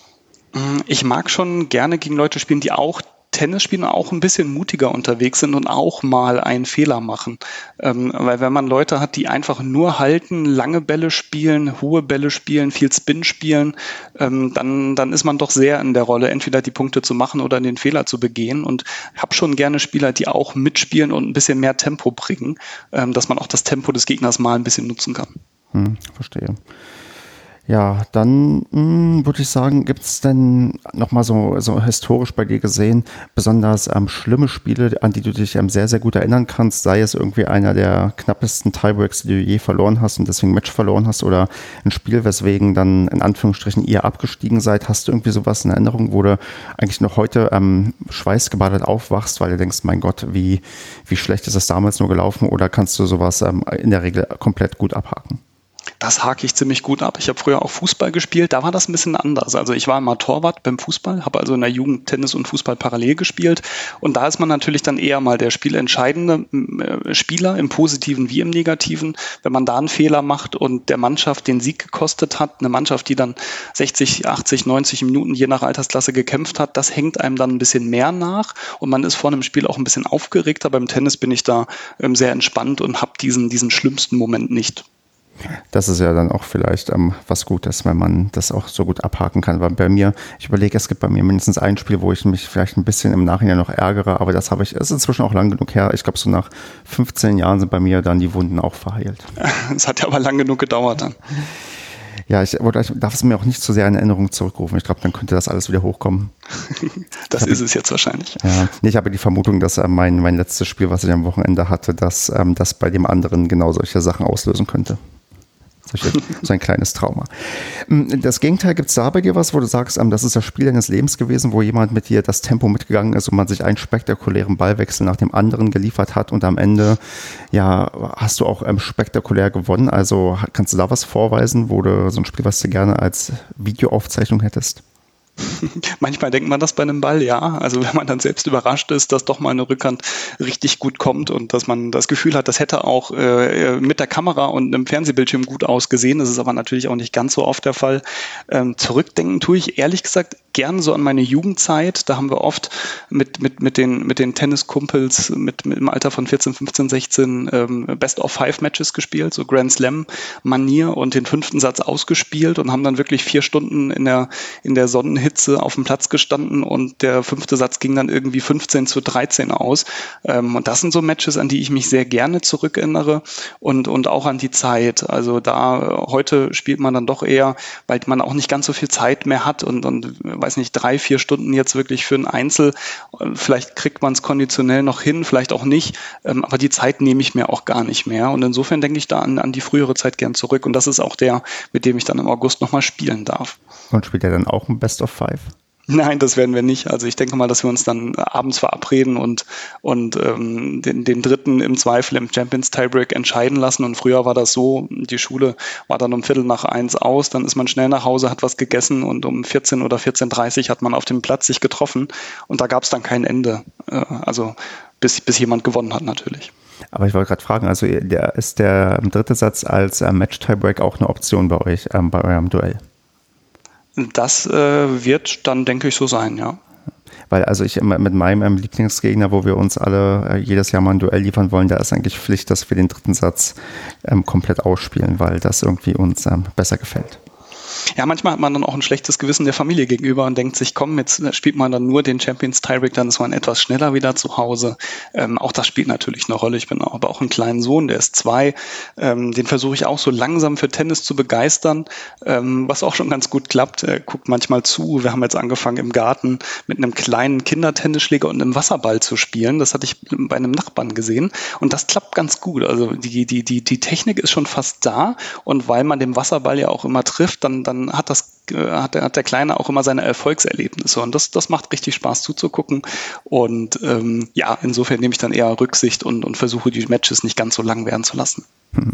Ich mag schon gerne gegen Leute spielen, die auch Tennis spielen, auch ein bisschen mutiger unterwegs sind und auch mal einen Fehler machen. Ähm, weil wenn man Leute hat, die einfach nur halten, lange Bälle spielen, hohe Bälle spielen, viel Spin spielen, ähm, dann, dann ist man doch sehr in der Rolle, entweder die Punkte zu machen oder den Fehler zu begehen. Und habe schon gerne Spieler, die auch mitspielen und ein bisschen mehr Tempo bringen, ähm, dass man auch das Tempo des Gegners mal ein bisschen nutzen kann. Hm, verstehe. Ja, dann mh, würde ich sagen, gibt es denn nochmal so, so historisch bei dir gesehen besonders ähm, schlimme Spiele, an die du dich ähm, sehr, sehr gut erinnern kannst, sei es irgendwie einer der knappesten Tiebreaks, die du je verloren hast und deswegen Match verloren hast oder ein Spiel, weswegen dann in Anführungsstrichen ihr abgestiegen seid. Hast du irgendwie sowas in Erinnerung, wo du eigentlich noch heute ähm, schweißgebadet aufwachst, weil du denkst, mein Gott, wie, wie schlecht ist das damals nur gelaufen oder kannst du sowas ähm, in der Regel komplett gut abhaken? Das hake ich ziemlich gut ab. Ich habe früher auch Fußball gespielt, da war das ein bisschen anders. Also ich war immer Torwart beim Fußball, habe also in der Jugend Tennis und Fußball parallel gespielt und da ist man natürlich dann eher mal der spielentscheidende äh, Spieler im Positiven wie im Negativen. Wenn man da einen Fehler macht und der Mannschaft den Sieg gekostet hat, eine Mannschaft, die dann sechzig, achtzig, neunzig Minuten je nach Altersklasse gekämpft hat, das hängt einem dann ein bisschen mehr nach und man ist vor einem Spiel auch ein bisschen aufgeregter. Beim Tennis bin ich da ähm, sehr entspannt und habe diesen, diesen schlimmsten Moment nicht. Das ist ja dann auch vielleicht ähm, was Gutes, wenn man das auch so gut abhaken kann. Weil bei mir, ich überlege, es gibt bei mir mindestens ein Spiel, wo ich mich vielleicht ein bisschen im Nachhinein noch ärgere, aber das habe ich, es ist inzwischen auch lang genug her. Ich glaube, so nach fünfzehn Jahren sind bei mir dann die Wunden auch verheilt. Es hat ja aber lang genug gedauert dann. Ja, ich, oder ich darf es mir auch nicht zu sehr in Erinnerung zurückrufen. Ich glaube, dann könnte das alles wieder hochkommen. Das ist es jetzt wahrscheinlich. Ja, nee, ich habe die Vermutung, dass äh, mein, mein letztes Spiel, was ich am Wochenende hatte, dass ähm, das bei dem anderen genau solche Sachen auslösen könnte. So ein kleines Trauma. Das Gegenteil, gibt es da bei dir was, wo du sagst, das ist das Spiel deines Lebens gewesen, wo jemand mit dir das Tempo mitgegangen ist und man sich einen spektakulären Ballwechsel nach dem anderen geliefert hat und am Ende, ja, hast du auch ähm, spektakulär gewonnen? Also kannst du da was vorweisen, wo du so ein Spiel, was du gerne als Videoaufzeichnung hättest? Manchmal denkt man das bei einem Ball, ja. Also wenn man dann selbst überrascht ist, dass doch mal eine Rückhand richtig gut kommt und dass man das Gefühl hat, das hätte auch äh, mit der Kamera und einem Fernsehbildschirm gut ausgesehen. Das ist aber natürlich auch nicht ganz so oft der Fall. Ähm, zurückdenken tue ich ehrlich gesagt gern so an meine Jugendzeit. Da haben wir oft mit, mit, mit den, mit den Tenniskumpels mit, mit im Alter von vierzehn, fünfzehn, sechzehn ähm, Best-of-Five-Matches gespielt, so Grand Slam-Manier und den fünften Satz ausgespielt und haben dann wirklich vier Stunden in der, in der Sonnenhitze auf dem Platz gestanden und der fünfte Satz ging dann irgendwie fünfzehn zu dreizehn aus. Ähm, und das sind so Matches, an die ich mich sehr gerne zurückerinnere und, und auch an die Zeit. Also da heute spielt man dann doch eher, weil man auch nicht ganz so viel Zeit mehr hat und, und weiß nicht, drei, vier Stunden jetzt wirklich für ein Einzel. Vielleicht kriegt man es konditionell noch hin, vielleicht auch nicht. Ähm, aber die Zeit nehme ich mir auch gar nicht mehr. Und insofern denke ich da an, an die frühere Zeit gern zurück. Und das ist auch der, mit dem ich dann im August nochmal spielen darf. Und spielt er dann auch ein Best of Five? Nein, das werden wir nicht. Also ich denke mal, dass wir uns dann abends verabreden und, und ähm, den, den dritten im Zweifel im Champions Tiebreak entscheiden lassen. Und früher war das so, die Schule war dann um Viertel nach eins aus, dann ist man schnell nach Hause, hat was gegessen und um vierzehn oder vierzehn Uhr dreißig hat man auf dem Platz sich getroffen und da gab es dann kein Ende. Äh, also bis, bis jemand gewonnen hat natürlich. Aber ich wollte gerade fragen, also der, ist der dritte Satz als äh, Match-Tiebreak auch eine Option bei euch, ähm, bei eurem Duell? Das äh, wird dann, denke ich, so sein, ja. Weil also ich immer mit meinem ähm, Lieblingsgegner, wo wir uns alle äh, jedes Jahr mal ein Duell liefern wollen, da ist eigentlich Pflicht, dass wir den dritten Satz ähm, komplett ausspielen, weil das irgendwie uns ähm, besser gefällt. Ja, manchmal hat man dann auch ein schlechtes Gewissen der Familie gegenüber und denkt sich, komm, jetzt spielt man dann nur den Champions Tiebreak, dann ist man etwas schneller wieder zu Hause. Ähm, auch das spielt natürlich eine Rolle. Ich bin auch, aber auch einen kleinen Sohn, der ist zwei. Ähm, den versuche ich auch so langsam für Tennis zu begeistern, ähm, was auch schon ganz gut klappt. Er guckt manchmal zu. Wir haben jetzt angefangen im Garten mit einem kleinen Kindertennisschläger und einem Wasserball zu spielen. Das hatte ich bei einem Nachbarn gesehen und das klappt ganz gut. Also die, die, die, die Technik ist schon fast da und weil man den Wasserball ja auch immer trifft, dann dann hat das hat der, hat der Kleine auch immer seine Erfolgserlebnisse und das, das macht richtig Spaß zuzugucken und ähm, ja, insofern nehme ich dann eher Rücksicht und, und versuche die Matches nicht ganz so lang werden zu lassen.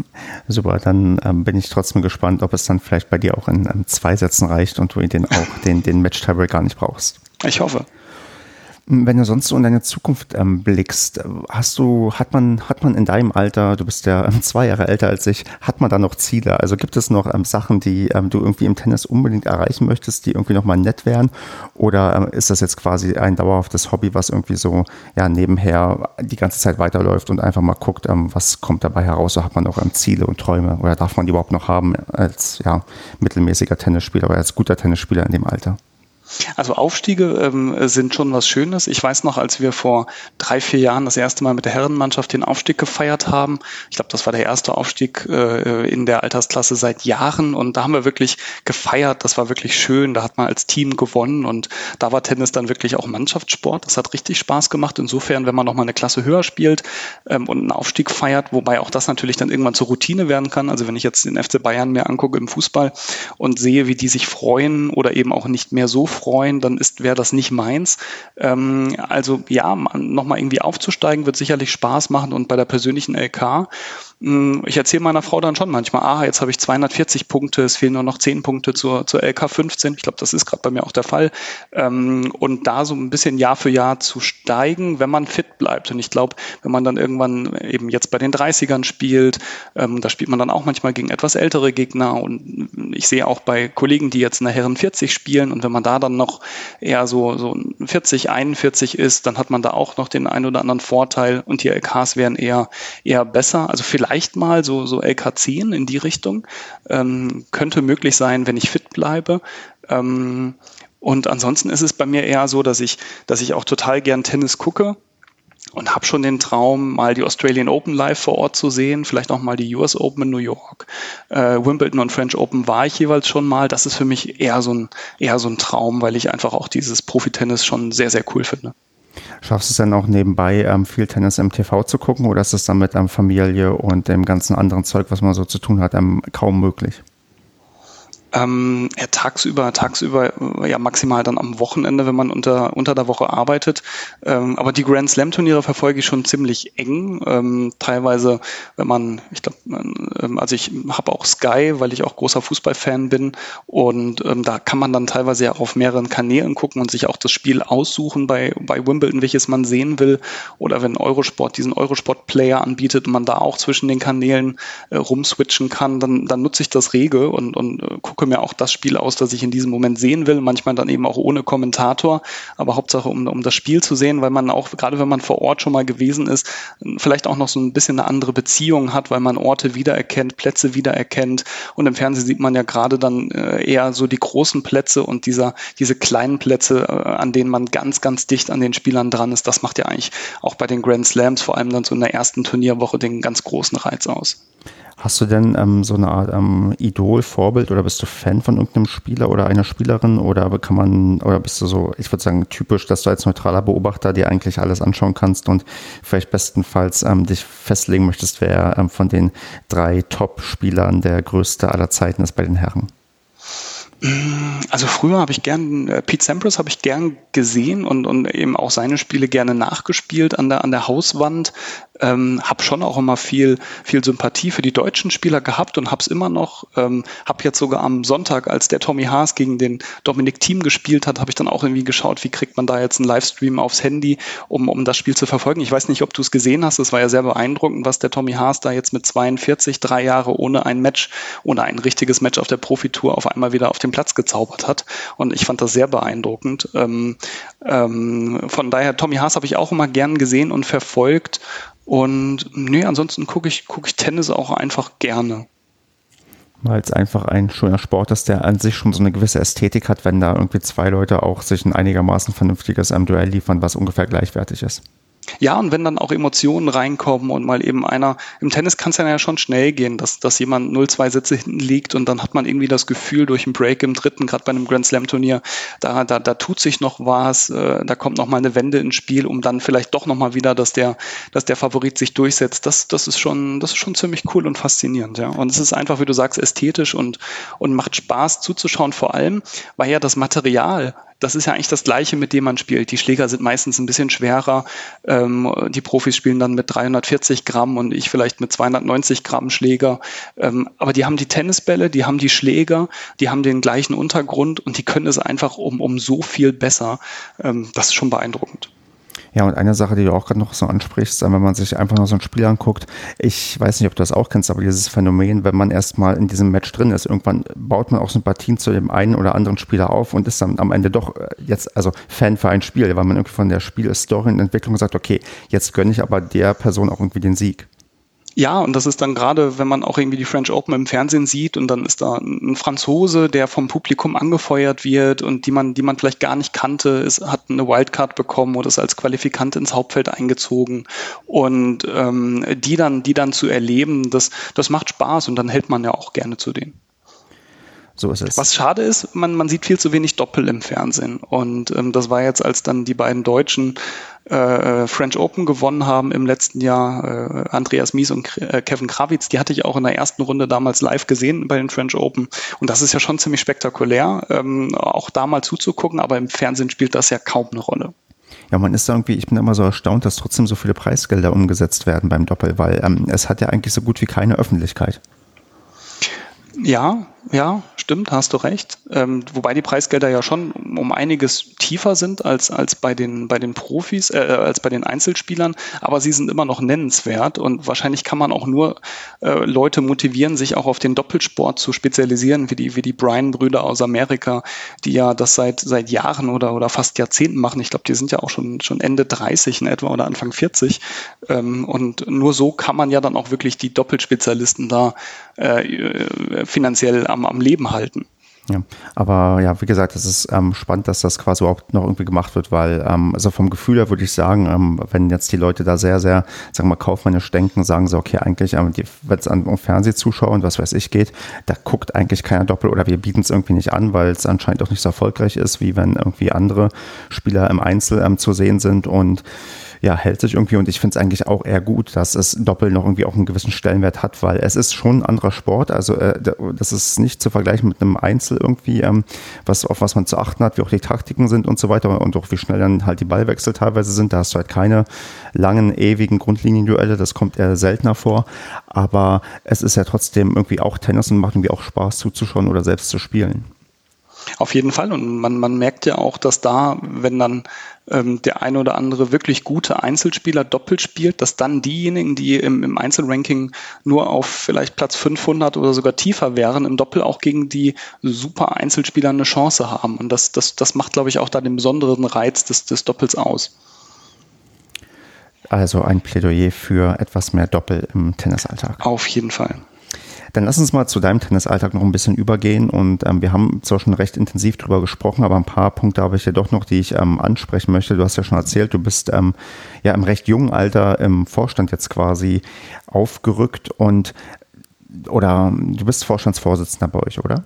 Super, dann ähm, bin ich trotzdem gespannt, ob es dann vielleicht bei dir auch in ähm, zwei Sätzen reicht und du den auch den, den Match-Tiebreak gar nicht brauchst. Ich hoffe. Wenn du sonst so in deine Zukunft ähm, blickst, hast du, hat man, hat man in deinem Alter, du bist ja ähm, zwei Jahre älter als ich, hat man da noch Ziele? Also gibt es noch ähm, Sachen, die ähm, du irgendwie im Tennis unbedingt erreichen möchtest, die irgendwie nochmal nett wären? Oder ähm, ist das jetzt quasi ein dauerhaftes Hobby, was irgendwie so ja nebenher die ganze Zeit weiterläuft und einfach mal guckt, ähm, was kommt dabei heraus? So hat man auch ähm, Ziele und Träume oder darf man die überhaupt noch haben als ja, mittelmäßiger Tennisspieler oder als guter Tennisspieler in dem Alter? Also Aufstiege ähm, sind schon was Schönes. Ich weiß noch, als wir vor drei, vier Jahren das erste Mal mit der Herrenmannschaft den Aufstieg gefeiert haben. Ich glaube, das war der erste Aufstieg äh, in der Altersklasse seit Jahren und da haben wir wirklich gefeiert. Das war wirklich schön. Da hat man als Team gewonnen und da war Tennis dann wirklich auch Mannschaftssport. Das hat richtig Spaß gemacht. Insofern, wenn man noch mal eine Klasse höher spielt ähm, und einen Aufstieg feiert, wobei auch das natürlich dann irgendwann zur Routine werden kann. Also wenn ich jetzt den F C Bayern mir angucke im Fußball und sehe, wie die sich freuen oder eben auch nicht mehr so freuen, dann ist wäre das nicht meins. Ähm, also ja, nochmal irgendwie aufzusteigen, wird sicherlich Spaß machen und bei der persönlichen L K, mh, ich erzähle meiner Frau dann schon manchmal, ah, jetzt habe ich zweihundertvierzig Punkte, es fehlen nur noch zehn Punkte zur, zur L K fünfzehn. Ich glaube, das ist gerade bei mir auch der Fall. Ähm, und da so ein bisschen Jahr für Jahr zu steigen, wenn man fit bleibt. Und ich glaube, wenn man dann irgendwann eben jetzt bei den dreißigern spielt, ähm, da spielt man dann auch manchmal gegen etwas ältere Gegner und ich sehe auch bei Kollegen, die jetzt in der Herren vierzig spielen und wenn man da dann noch eher so, so vierzig, einundvierzig ist, dann hat man da auch noch den einen oder anderen Vorteil und die L Ks wären eher, eher besser. Also vielleicht mal so, so L K zehn in die Richtung. Ähm, könnte möglich sein, wenn ich fit bleibe. Ähm, und ansonsten ist es bei mir eher so, dass ich, dass ich auch total gern Tennis gucke. Und habe schon den Traum, mal die Australian Open live vor Ort zu sehen, vielleicht auch mal die U S Open in New York. Äh, Wimbledon und French Open war ich jeweils schon mal. Das ist für mich eher so ein, eher so ein Traum, weil ich einfach auch dieses Profitennis schon sehr, sehr cool finde. Schaffst du es dann auch nebenbei, ähm, viel Tennis im T V zu gucken oder ist es dann mit ähm, Familie und dem ganzen anderen Zeug, was man so zu tun hat, ähm, kaum möglich? Ähm, ja, tagsüber, tagsüber ja maximal dann am Wochenende, wenn man unter unter der Woche arbeitet. Ähm, aber die Grand Slam Turniere verfolge ich schon ziemlich eng. Ähm, teilweise, wenn man, ich glaube, ähm, also ich habe auch Sky, weil ich auch großer Fußballfan bin und ähm, da kann man dann teilweise ja auf mehreren Kanälen gucken und sich auch das Spiel aussuchen bei bei Wimbledon, welches man sehen will. Oder wenn Eurosport diesen Eurosport-Player anbietet und man da auch zwischen den Kanälen äh, rumswitchen kann, dann dann nutze ich das rege und und äh, gucke mir auch das Spiel aus, das ich in diesem Moment sehen will, manchmal dann eben auch ohne Kommentator, aber Hauptsache um, um das Spiel zu sehen, weil man auch, gerade wenn man vor Ort schon mal gewesen ist, vielleicht auch noch so ein bisschen eine andere Beziehung hat, weil man Orte wiedererkennt, Plätze wiedererkennt und im Fernsehen sieht man ja gerade dann äh, eher so die großen Plätze und dieser, diese kleinen Plätze, äh, an denen man ganz, ganz dicht an den Spielern dran ist, das macht ja eigentlich auch bei den Grand Slams, vor allem dann so in der ersten Turnierwoche, den ganz großen Reiz aus. Hast du denn ähm, so eine Art ähm, Idol, Vorbild oder bist du Fan von irgendeinem Spieler oder einer Spielerin oder kann man, oder bist du so, ich würde sagen, typisch, dass du als neutraler Beobachter dir eigentlich alles anschauen kannst und vielleicht bestenfalls ähm, dich festlegen möchtest, wer ähm, von den drei Top-Spielern der größte aller Zeiten ist bei den Herren? Also früher habe ich gern, äh, Pete Sampras habe ich gern gesehen und, und eben auch seine Spiele gerne nachgespielt an der, an der Hauswand. Ähm, habe schon auch immer viel, viel Sympathie für die deutschen Spieler gehabt und habe es immer noch. Ähm, habe jetzt sogar am Sonntag, als der Tommy Haas gegen den Dominik Thiem gespielt hat, habe ich dann auch irgendwie geschaut, wie kriegt man da jetzt einen Livestream aufs Handy, um, um das Spiel zu verfolgen. Ich weiß nicht, ob du es gesehen hast. Es war ja sehr beeindruckend, was der Tommy Haas da jetzt mit zweiundvierzig, drei Jahre ohne ein Match, ohne ein richtiges Match auf der Profitour auf einmal wieder auf den Platz gezaubert hat. Und ich fand das sehr beeindruckend. Ähm, ähm, von daher, Tommy Haas habe ich auch immer gern gesehen und verfolgt. Und nee, ansonsten gucke ich, gucke ich Tennis auch einfach gerne. Weil es einfach ein schöner Sport ist, der an sich schon so eine gewisse Ästhetik hat, wenn da irgendwie zwei Leute auch sich ein einigermaßen vernünftiges ähm, Duell liefern, was ungefähr gleichwertig ist. Ja, und wenn dann auch Emotionen reinkommen und mal eben einer, im Tennis kann es ja schon schnell gehen, dass, dass jemand null zwei Sätze hinten liegt und dann hat man irgendwie das Gefühl durch einen Break im dritten, gerade bei einem Grand Slam Turnier, da, da, da tut sich noch was, äh, da kommt noch mal eine Wende ins Spiel, um dann vielleicht doch noch mal wieder, dass der, dass der Favorit sich durchsetzt. Das, das ist schon, das ist schon ziemlich cool und faszinierend, ja. Und es ist einfach, wie du sagst, ästhetisch und, und macht Spaß zuzuschauen, vor allem, weil ja das Material, das ist ja eigentlich das Gleiche, mit dem man spielt. Die Schläger sind meistens ein bisschen schwerer. Ähm, die Profis spielen dann mit dreihundertvierzig Gramm und ich vielleicht mit zweihundertneunzig Gramm Schläger. Ähm, aber die haben die Tennisbälle, die haben die Schläger, die haben den gleichen Untergrund und die können es einfach um, um so viel besser. Ähm, das ist schon beeindruckend. Ja, und eine Sache, die du auch gerade noch so ansprichst, wenn man sich einfach noch so ein Spiel anguckt, ich weiß nicht, ob du das auch kennst, aber dieses Phänomen, wenn man erstmal in diesem Match drin ist, irgendwann baut man auch Sympathien zu dem einen oder anderen Spieler auf und ist dann am Ende doch jetzt, also Fan für ein Spiel, weil man irgendwie von der Spielstory und Entwicklung sagt, okay, jetzt gönne ich aber der Person auch irgendwie den Sieg. Ja, und das ist dann gerade, wenn man auch irgendwie die French Open im Fernsehen sieht und dann ist da ein Franzose, der vom Publikum angefeuert wird und die man, die man vielleicht gar nicht kannte, ist, hat eine Wildcard bekommen oder ist als Qualifikant ins Hauptfeld eingezogen und ähm, die dann, die dann zu erleben, das, das macht Spaß und dann hält man ja auch gerne zu denen. So ist es. Was schade ist, man, man sieht viel zu wenig Doppel im Fernsehen. Und ähm, das war jetzt, als dann die beiden Deutschen äh, French Open gewonnen haben im letzten Jahr, äh, Andreas Mies und äh, Kevin Krawitz, die hatte ich auch in der ersten Runde damals live gesehen bei den French Open. Und das ist ja schon ziemlich spektakulär, ähm, auch da mal zuzugucken, aber im Fernsehen spielt das ja kaum eine Rolle. Ja, man ist da irgendwie, ich bin immer so erstaunt, dass trotzdem so viele Preisgelder umgesetzt werden beim Doppel, weil ähm, es hat ja eigentlich so gut wie keine Öffentlichkeit. Ja, ja, stimmt, hast du recht. Ähm, wobei die Preisgelder ja schon um einiges tiefer sind als, als bei den, bei den Profis, äh, als bei den Einzelspielern, aber sie sind immer noch nennenswert und wahrscheinlich kann man auch nur äh, Leute motivieren, sich auch auf den Doppelsport zu spezialisieren, wie die, wie die Bryan-Brüder aus Amerika, die ja das seit, seit Jahren oder, oder fast Jahrzehnten machen. Ich glaube, die sind ja auch schon, schon Ende dreißig in etwa oder Anfang vierzig. Ähm, und nur so kann man ja dann auch wirklich die Doppelspezialisten da äh, finanziell am, am Leben halten. Ja, aber ja, wie gesagt, es ist ähm, spannend, dass das quasi auch noch irgendwie gemacht wird, weil ähm, also vom Gefühl her würde ich sagen, ähm, wenn jetzt die Leute da sehr, sehr, sagen wir mal, kaufmännisch denken, sagen sie, okay, eigentlich, ähm, wenn es an um Fernsehzuschauer und was weiß ich geht, da guckt eigentlich keiner Doppel oder wir bieten es irgendwie nicht an, weil es anscheinend auch nicht so erfolgreich ist, wie wenn irgendwie andere Spieler im Einzel ähm, zu sehen sind und ja, hält sich irgendwie und ich finde es eigentlich auch eher gut, dass es Doppel noch irgendwie auch einen gewissen Stellenwert hat, weil es ist schon ein anderer Sport, also äh, das ist nicht zu vergleichen mit einem Einzel irgendwie, ähm, was, auf was man zu achten hat, wie auch die Taktiken sind und so weiter und auch wie schnell dann halt die Ballwechsel teilweise sind, da hast du halt keine langen, ewigen Grundlinienduelle, das kommt eher seltener vor, aber es ist ja trotzdem irgendwie auch Tennis und macht irgendwie auch Spaß zuzuschauen oder selbst zu spielen. Auf jeden Fall. Und man, man merkt ja auch, dass da, wenn dann ähm, der eine oder andere wirklich gute Einzelspieler doppelt spielt, dass dann diejenigen, die im, im Einzelranking nur auf vielleicht Platz fünfhundert oder sogar tiefer wären, im Doppel auch gegen die super Einzelspieler eine Chance haben. Und das, das, das macht, glaube ich, auch da den besonderen Reiz des, des Doppels aus. Also ein Plädoyer für etwas mehr Doppel im Tennisalltag. Auf jeden Fall. Dann lass uns mal zu deinem Tennisalltag noch ein bisschen übergehen und ähm, wir haben zwar schon recht intensiv drüber gesprochen, aber ein paar Punkte habe ich ja doch noch, die ich ähm, ansprechen möchte. Du hast ja schon erzählt, du bist ähm, ja im recht jungen Alter im Vorstand jetzt quasi aufgerückt und oder du bist Vorstandsvorsitzender bei euch, oder?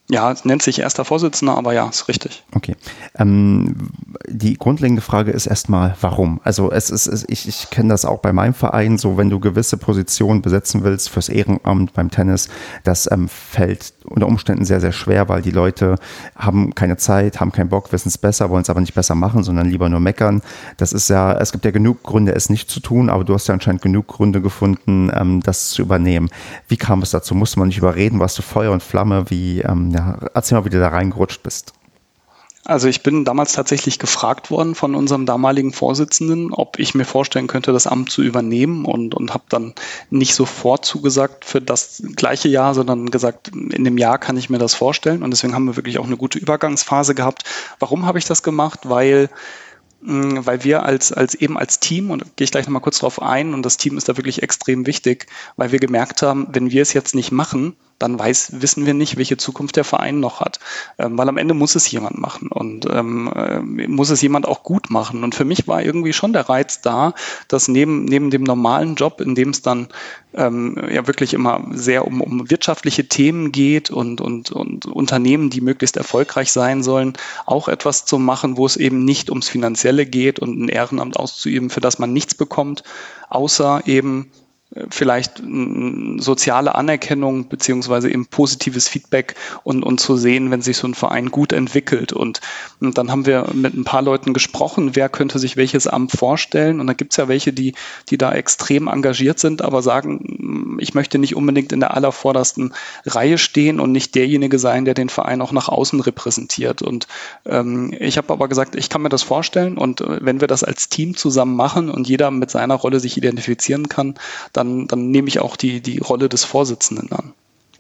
Ja, es nennt sich erster Vorsitzender, aber ja, ist richtig. Okay. Ähm, die grundlegende Frage ist erstmal, warum? Also es ist, es, ich, ich kenne das auch bei meinem Verein, so wenn du gewisse Positionen besetzen willst fürs Ehrenamt beim Tennis, das ähm, fällt unter Umständen sehr, sehr schwer, weil die Leute haben keine Zeit, haben keinen Bock, wissen es besser, wollen es aber nicht besser machen, sondern lieber nur meckern. Das ist ja, es gibt ja genug Gründe, es nicht zu tun, aber du hast ja anscheinend genug Gründe gefunden, ähm, das zu übernehmen. Wie kam es dazu? Musste man nicht überreden? Warst du Feuer und Flamme? Wie, ähm, ja, erzähl mal, wie du da reingerutscht bist. Also ich bin damals tatsächlich gefragt worden von unserem damaligen Vorsitzenden, ob ich mir vorstellen könnte, das Amt zu übernehmen und, und habe dann nicht sofort zugesagt für das gleiche Jahr, sondern gesagt, in dem Jahr kann ich mir das vorstellen und deswegen haben wir wirklich auch eine gute Übergangsphase gehabt. Warum habe ich das gemacht? Weil weil wir als, als eben als Team, und da gehe ich gleich nochmal kurz drauf ein, und das Team ist da wirklich extrem wichtig, weil wir gemerkt haben, wenn wir es jetzt nicht machen, dann weiß, wissen wir nicht, welche Zukunft der Verein noch hat. Ähm, weil am Ende muss es jemand machen und ähm, äh, muss es jemand auch gut machen. Und für mich war irgendwie schon der Reiz da, dass neben, neben dem normalen Job, in dem es dann ähm, ja wirklich immer sehr um, um wirtschaftliche Themen geht und, und, und Unternehmen, die möglichst erfolgreich sein sollen, auch etwas zu machen, wo es eben nicht ums Finanzielle geht und ein Ehrenamt auszuüben, für das man nichts bekommt, außer eben vielleicht soziale Anerkennung beziehungsweise eben positives Feedback und, und zu sehen, wenn sich so ein Verein gut entwickelt. Und, und dann haben wir mit ein paar Leuten gesprochen, wer könnte sich welches Amt vorstellen. Und da gibt es ja welche, die, die da extrem engagiert sind, aber sagen, ich möchte nicht unbedingt in der allervordersten Reihe stehen und nicht derjenige sein, der den Verein auch nach außen repräsentiert. Und ähm, ich habe aber gesagt, ich kann mir das vorstellen und äh, wenn wir das als Team zusammen machen und jeder mit seiner Rolle sich identifizieren kann, Dann, dann nehme ich auch die, die Rolle des Vorsitzenden an.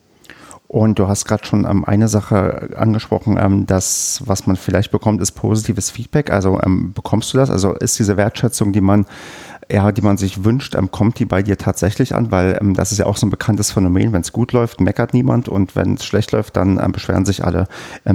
Und du hast gerade schon ähm, eine Sache angesprochen, ähm, das, was man vielleicht bekommt, ist positives Feedback. Also ähm, bekommst du das? Also ist diese Wertschätzung, die man, ja, die man sich wünscht, ähm, kommt die bei dir tatsächlich an? Weil ähm, das ist ja auch so ein bekanntes Phänomen. Wenn es gut läuft, meckert niemand und wenn es schlecht läuft, dann ähm, beschweren sich alle.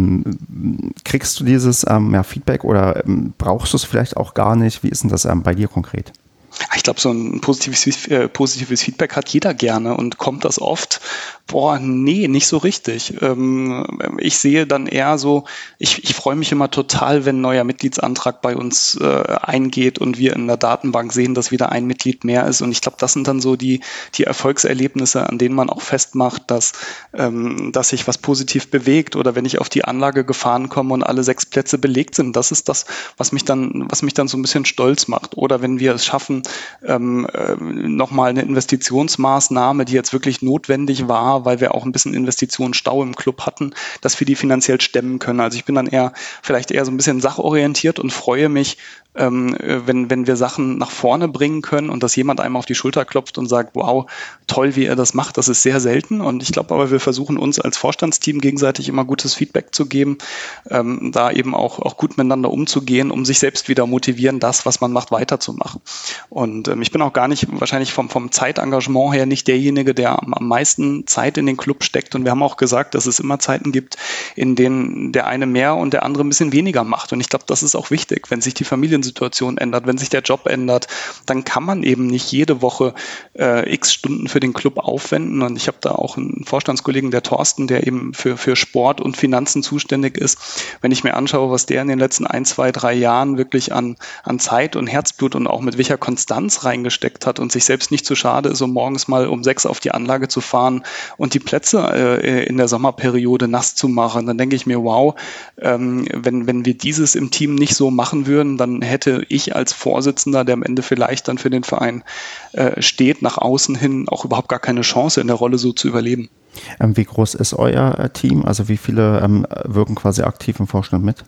Ähm, kriegst du dieses ähm, ja, Feedback oder ähm, brauchst du es vielleicht auch gar nicht? Wie ist denn das ähm, bei dir konkret? Ich glaube, so ein positives, äh, positives Feedback hat jeder gerne und kommt das oft? Boah, nee, nicht so richtig. Ähm, ich sehe dann eher so, ich, ich freue mich immer total, wenn ein neuer Mitgliedsantrag bei uns äh, eingeht und wir in der Datenbank sehen, dass wieder ein Mitglied mehr ist. Und ich glaube, das sind dann so die, die Erfolgserlebnisse, an denen man auch festmacht, dass, ähm, dass sich was positiv bewegt. Oder wenn ich auf die Anlage gefahren komme und alle sechs Plätze belegt sind, das ist das, was mich dann, was mich dann so ein bisschen stolz macht. Oder wenn wir es schaffen, ähm, äh, nochmal eine Investitionsmaßnahme, die jetzt wirklich notwendig war, weil wir auch ein bisschen Investitionsstau im Club hatten, dass wir die finanziell stemmen können. Also ich bin dann eher vielleicht eher so ein bisschen sachorientiert und freue mich, ähm, wenn, wenn wir Sachen nach vorne bringen können und dass jemand einem auf die Schulter klopft und sagt, wow, toll, wie ihr das macht, das ist sehr selten. Und ich glaube aber, wir versuchen uns als Vorstandsteam gegenseitig immer gutes Feedback zu geben, ähm, da eben auch, auch gut miteinander umzugehen, um sich selbst wieder motivieren, das, was man macht, weiterzumachen. Und ähm, ich bin auch gar nicht, wahrscheinlich vom, vom Zeitengagement her nicht derjenige, der am, am meisten Zeit in den Club steckt. Und wir haben auch gesagt, dass es immer Zeiten gibt, in denen der eine mehr und der andere ein bisschen weniger macht. Und ich glaube, das ist auch wichtig, wenn sich die Familiensituation ändert, wenn sich der Job ändert, dann kann man eben nicht jede Woche äh, x Stunden für den Club aufwenden. Und ich habe da auch einen Vorstandskollegen, der Thorsten, der eben für, für Sport und Finanzen zuständig ist. Wenn ich mir anschaue, was der in den letzten ein, zwei, drei Jahren wirklich an, an Zeit und Herzblut und auch mit welcher Konstanz reingesteckt hat und sich selbst nicht zu schade ist, um morgens mal um sechs auf die Anlage zu fahren und die Plätze äh, in der Sommerperiode nass zu machen, dann denke ich mir, wow, ähm, wenn, wenn wir dieses im Team nicht so machen würden, dann hätte ich als Vorsitzender, der am Ende vielleicht dann für den Verein äh, steht, nach außen hin auch überhaupt gar keine Chance in der Rolle so zu überleben. Ähm, wie groß ist euer äh, Team? Also wie viele ähm, wirken quasi aktiv im Vorstand mit?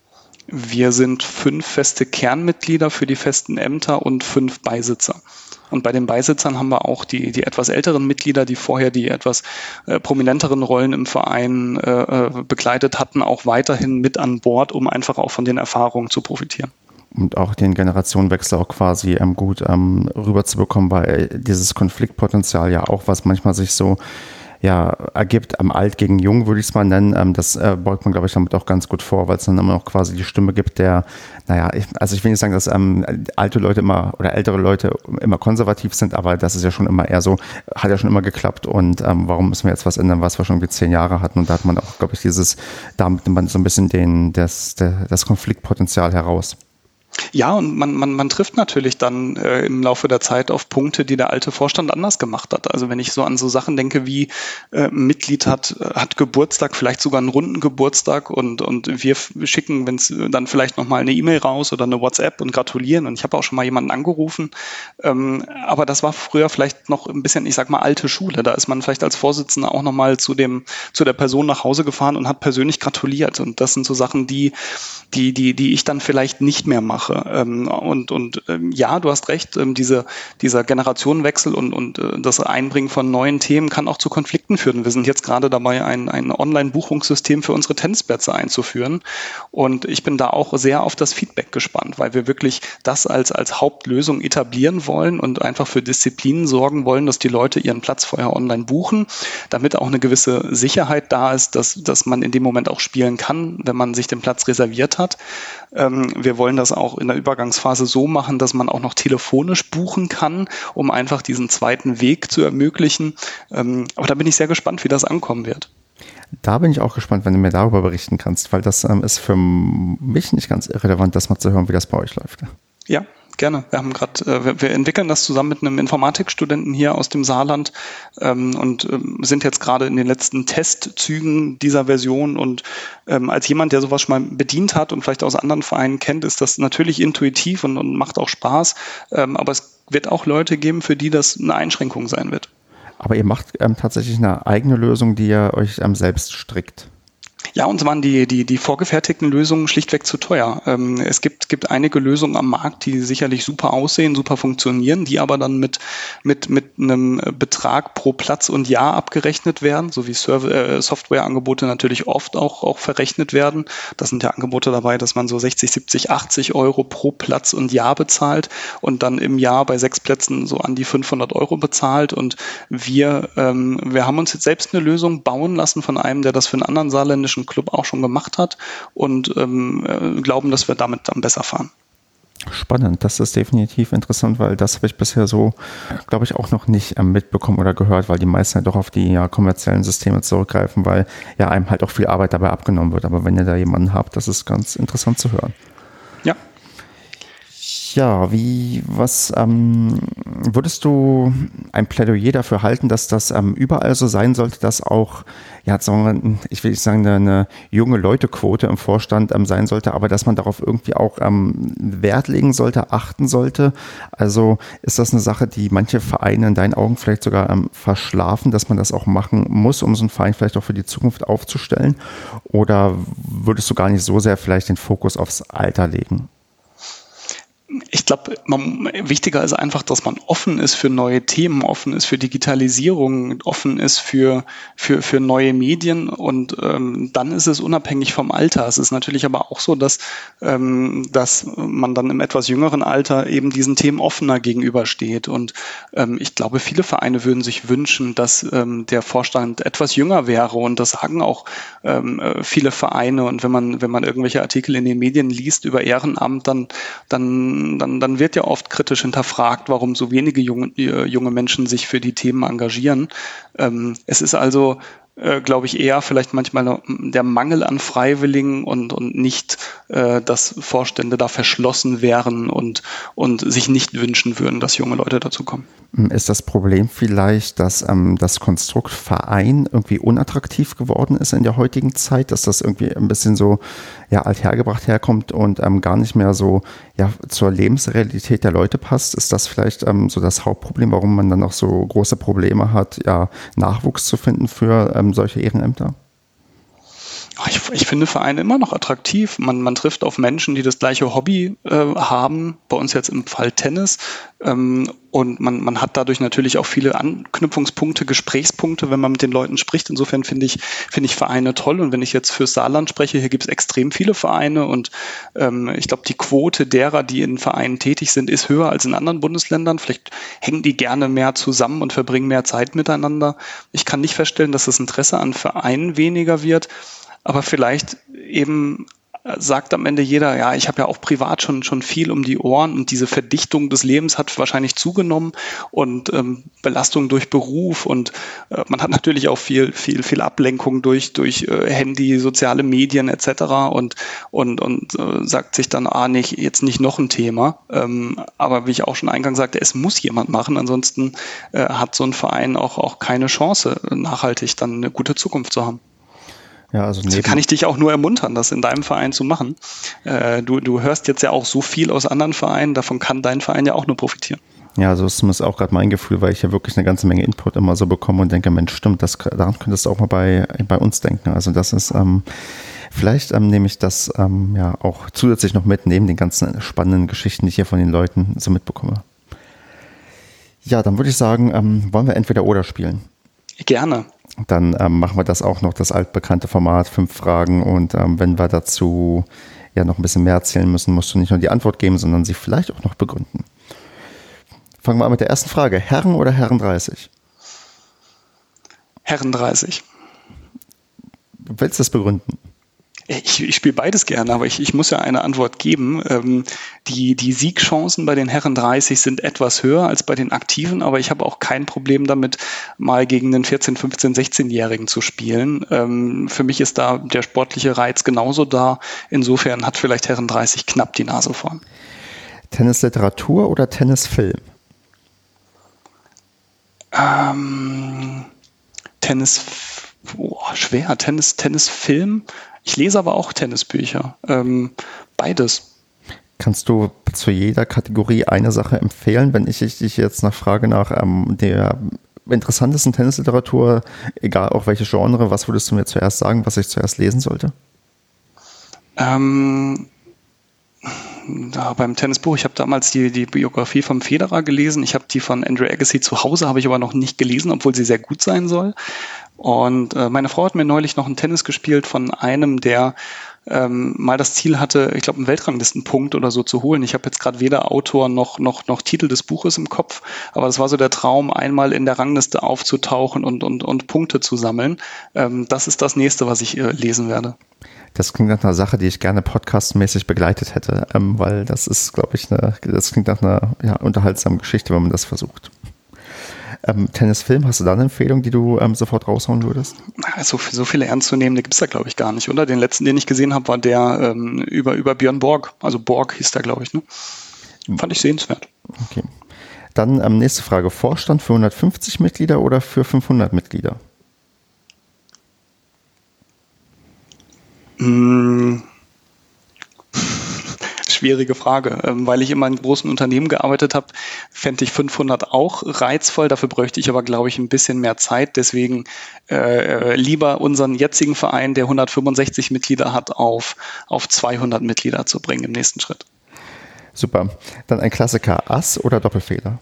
Wir sind fünf feste Kernmitglieder für die festen Ämter und fünf Beisitzer. Und bei den Beisitzern haben wir auch die, die etwas älteren Mitglieder, die vorher die etwas äh, prominenteren Rollen im Verein äh, begleitet hatten, auch weiterhin mit an Bord, um einfach auch von den Erfahrungen zu profitieren. Und auch den Generationenwechsel auch quasi ähm, gut ähm, rüberzubekommen, weil dieses Konfliktpotenzial ja auch, was manchmal sich so ja, ergibt, ähm, alt gegen jung, würde ich es mal nennen. Ähm, das äh, beugt man, glaube ich, damit auch ganz gut vor, weil es dann immer noch quasi die Stimme gibt, der, naja, ich, also ich will nicht sagen, dass ähm, alte Leute immer oder ältere Leute immer konservativ sind, aber das ist ja schon immer eher so, hat ja schon immer geklappt und ähm, warum müssen wir jetzt was ändern, was wir schon wie zehn Jahre hatten, und da hat man auch, glaube ich, dieses, damit nimmt man so ein bisschen den, das, der, das Konfliktpotenzial heraus. Ja, und man, man, man trifft natürlich dann äh, im Laufe der Zeit auf Punkte, die der alte Vorstand anders gemacht hat. Also wenn ich so an so Sachen denke wie äh, ein Mitglied hat, hat Geburtstag, vielleicht sogar einen runden Geburtstag und, und wir schicken, wenn es dann vielleicht nochmal eine E-Mail raus oder eine WhatsApp und gratulieren. Und ich habe auch schon mal jemanden angerufen. Ähm, aber das war früher vielleicht noch ein bisschen, ich sag mal, alte Schule. Da ist man vielleicht als Vorsitzender auch nochmal zu dem, zu der Person nach Hause gefahren und hat persönlich gratuliert. Und das sind so Sachen, die, die, die, die ich dann vielleicht nicht mehr mache. Und, und ja, du hast recht, diese, dieser Generationenwechsel und, und das Einbringen von neuen Themen kann auch zu Konflikten führen. Wir sind jetzt gerade dabei, ein, ein Online-Buchungssystem für unsere Tennisplätze einzuführen. Und ich bin da auch sehr auf das Feedback gespannt, weil wir wirklich das als, als Hauptlösung etablieren wollen und einfach für Disziplinen sorgen wollen, dass die Leute ihren Platz vorher online buchen, damit auch eine gewisse Sicherheit da ist, dass, dass man in dem Moment auch spielen kann, wenn man sich den Platz reserviert hat. Wir wollen das auch in der Übergangsphase so machen, dass man auch noch telefonisch buchen kann, um einfach diesen zweiten Weg zu ermöglichen. Aber da bin ich sehr gespannt, wie das ankommen wird. Da bin ich auch gespannt, wenn du mir darüber berichten kannst, weil das ähm, ist für mich nicht ganz irrelevant, das mal zu hören, wie das bei euch läuft. Ja, gerne. Wir haben gerade, äh, wir, wir entwickeln das zusammen mit einem Informatikstudenten hier aus dem Saarland ähm, und ähm, sind jetzt gerade in den letzten Testzügen dieser Version. Und ähm, als jemand, der sowas schon mal bedient hat und vielleicht aus anderen Vereinen kennt, ist das natürlich intuitiv und, und macht auch Spaß. Ähm, aber es wird auch Leute geben, für die das eine Einschränkung sein wird. Aber ihr macht ähm, tatsächlich eine eigene Lösung, die ihr euch ähm, selbst strickt. Ja, uns waren die, die, die vorgefertigten Lösungen schlichtweg zu teuer. Ähm, es gibt, gibt einige Lösungen am Markt, die sicherlich super aussehen, super funktionieren, die aber dann mit, mit, mit einem Betrag pro Platz und Jahr abgerechnet werden, so wie Server, äh, Softwareangebote natürlich oft auch, auch verrechnet werden. Das sind ja Angebote dabei, dass man so sechzig, siebzig, achtzig Euro pro Platz und Jahr bezahlt und dann im Jahr bei sechs Plätzen so an die fünfhundert Euro bezahlt. Und wir, ähm, wir haben uns jetzt selbst eine Lösung bauen lassen von einem, der das für einen anderen saarländischen Club auch schon gemacht hat und ähm, glauben, dass wir damit dann besser fahren. Spannend, das ist definitiv interessant, weil das habe ich bisher so, glaube ich, auch noch nicht ähm, mitbekommen oder gehört, weil die meisten ja doch auf die ja, kommerziellen Systeme zurückgreifen, weil ja einem halt auch viel Arbeit dabei abgenommen wird. Aber wenn ihr da jemanden habt, das ist ganz interessant zu hören. Ja. Ja, wie, was, ähm, würdest du ein Plädoyer dafür halten, dass das ähm, überall so sein sollte, dass auch, ja, sagen wir, ich will nicht sagen, eine, eine junge Leutequote im Vorstand ähm, sein sollte, aber dass man darauf irgendwie auch ähm, Wert legen sollte, achten sollte? Also ist das eine Sache, die manche Vereine in deinen Augen vielleicht sogar ähm, verschlafen, dass man das auch machen muss, um so einen Verein vielleicht auch für die Zukunft aufzustellen? Oder würdest du gar nicht so sehr vielleicht den Fokus aufs Alter legen? Ich glaube, wichtiger ist einfach, dass man offen ist für neue Themen, offen ist für Digitalisierung, offen ist für, für, für neue Medien und ähm, dann ist es unabhängig vom Alter. Es ist natürlich aber auch so, dass, ähm, dass man dann im etwas jüngeren Alter eben diesen Themen offener gegenübersteht und ähm, ich glaube, viele Vereine würden sich wünschen, dass ähm, der Vorstand etwas jünger wäre und das sagen auch ähm, viele Vereine und wenn man, wenn man irgendwelche Artikel in den Medien liest über Ehrenamt, dann, dann Dann, dann wird ja oft kritisch hinterfragt, warum so wenige junge, junge Menschen sich für die Themen engagieren. Ähm, es ist also, äh, glaube ich, eher vielleicht manchmal der Mangel an Freiwilligen und, und nicht, äh, dass Vorstände da verschlossen wären und, und sich nicht wünschen würden, dass junge Leute dazu kommen. Ist das Problem vielleicht, dass ähm, das Konstrukt Verein irgendwie unattraktiv geworden ist in der heutigen Zeit, dass das irgendwie ein bisschen so ja, althergebracht herkommt und ähm, gar nicht mehr so ja, zur Lebensrealität der Leute passt? Ist das vielleicht ähm, so das Hauptproblem, warum man dann auch so große Probleme hat, ja, Nachwuchs zu finden für ähm, solche Ehrenämter? Ich, ich finde Vereine immer noch attraktiv. Man, man trifft auf Menschen, die das gleiche Hobby äh, haben, bei uns jetzt im Fall Tennis. Ähm, und man, man hat dadurch natürlich auch viele Anknüpfungspunkte, Gesprächspunkte, wenn man mit den Leuten spricht. Insofern finde ich, finde ich Vereine toll. Und wenn ich jetzt fürs Saarland spreche, hier gibt es extrem viele Vereine. Und ähm, ich glaube, die Quote derer, die in Vereinen tätig sind, ist höher als in anderen Bundesländern. Vielleicht hängen die gerne mehr zusammen und verbringen mehr Zeit miteinander. Ich kann nicht feststellen, dass das Interesse an Vereinen weniger wird. Aber vielleicht eben sagt am Ende jeder, ja, ich habe ja auch privat schon schon viel um die Ohren und diese Verdichtung des Lebens hat wahrscheinlich zugenommen und ähm, Belastung durch Beruf und äh, man hat natürlich auch viel viel viel Ablenkung durch durch äh, Handy, soziale Medien et cetera und und und äh, sagt sich dann, ah, nicht jetzt nicht noch ein Thema. Ähm, aber wie ich auch schon eingangs sagte, es muss jemand machen, ansonsten äh, hat so ein Verein auch auch keine Chance, nachhaltig dann eine gute Zukunft zu haben. Ja, also neben kann ich dich auch nur ermuntern, das in deinem Verein zu machen. Äh, du, du hörst jetzt ja auch so viel aus anderen Vereinen, davon kann dein Verein ja auch nur profitieren. Ja, also das ist auch gerade mein Gefühl, weil ich ja wirklich eine ganze Menge Input immer so bekomme und denke, Mensch, stimmt, das, daran könntest du auch mal bei, bei uns denken. Also das ist, ähm, vielleicht ähm, nehme ich das ähm, ja auch zusätzlich noch mit, neben den ganzen spannenden Geschichten, die ich hier von den Leuten so mitbekomme. Ja, dann würde ich sagen, ähm, wollen wir entweder oder spielen? Gerne. Dann ähm, machen wir das auch noch, das altbekannte Format, fünf Fragen. Und ähm, wenn wir dazu ja noch ein bisschen mehr erzählen müssen, musst du nicht nur die Antwort geben, sondern sie vielleicht auch noch begründen. Fangen wir an mit der ersten Frage. Herren oder Herren dreißig? Herren dreißig. Willst du das begründen? Ich, ich spiele beides gerne, aber ich, ich muss ja eine Antwort geben. Ähm, die, die Siegchancen bei den Herren dreißig sind etwas höher als bei den Aktiven, aber ich habe auch kein Problem damit, mal gegen den vierzehn-, fünfzehn-, sechzehnjährigen zu spielen. Ähm, für mich ist da der sportliche Reiz genauso da. Insofern hat vielleicht Herren dreißig knapp die Nase vorn. Tennisliteratur oder Tennisfilm? Ähm, Tennis, oh, schwer. Tennis, Tennisfilm. Ich lese aber auch Tennisbücher. Ähm, beides. Kannst du zu jeder Kategorie eine Sache empfehlen, wenn ich dich jetzt nach Frage nach ähm, der interessantesten Tennisliteratur, egal auch welche Genre, was würdest du mir zuerst sagen, was ich zuerst lesen sollte? Ähm, da beim Tennisbuch, ich habe damals die, die Biografie vom Federer gelesen. Ich habe die von Andrew Agassi zu Hause, habe ich aber noch nicht gelesen, obwohl sie sehr gut sein soll. Und äh, meine Frau hat mir neulich noch ein Tennis gespielt von einem, der ähm, mal das Ziel hatte, ich glaube, einen Weltranglistenpunkt oder so zu holen. Ich habe jetzt gerade weder Autor noch, noch, noch Titel des Buches im Kopf, aber das war so der Traum, einmal in der Rangliste aufzutauchen und, und, und Punkte zu sammeln. Ähm, das ist das Nächste, was ich äh, lesen werde. Das klingt nach einer Sache, die ich gerne podcastmäßig begleitet hätte, ähm, weil das ist, glaube ich, eine, das klingt nach einer ja, unterhaltsamen Geschichte, wenn man das versucht. Ähm, Tennisfilm, hast du da eine Empfehlung, die du ähm, sofort raushauen würdest? So, so viele ernstzunehmende gibt es da, glaube ich, gar nicht, oder? Den letzten, den ich gesehen habe, war der ähm, über, über Björn Borg. Also Borg hieß der, glaube ich. Ne? Fand ich sehenswert. Okay. Dann ähm, nächste Frage. Vorstand für hundertfünfzig Mitglieder oder für fünfhundert Mitglieder? Mmh. Schwierige Frage, ähm, weil ich immer in großen Unternehmen gearbeitet habe, fände ich fünfhundert auch reizvoll. Dafür bräuchte ich aber, glaube ich, ein bisschen mehr Zeit. Deswegen äh, lieber unseren jetzigen Verein, der hundertfünfundsechzig Mitglieder hat, auf, auf zweihundert Mitglieder zu bringen im nächsten Schritt. Super. Dann ein Klassiker, Ass oder Doppelfehler?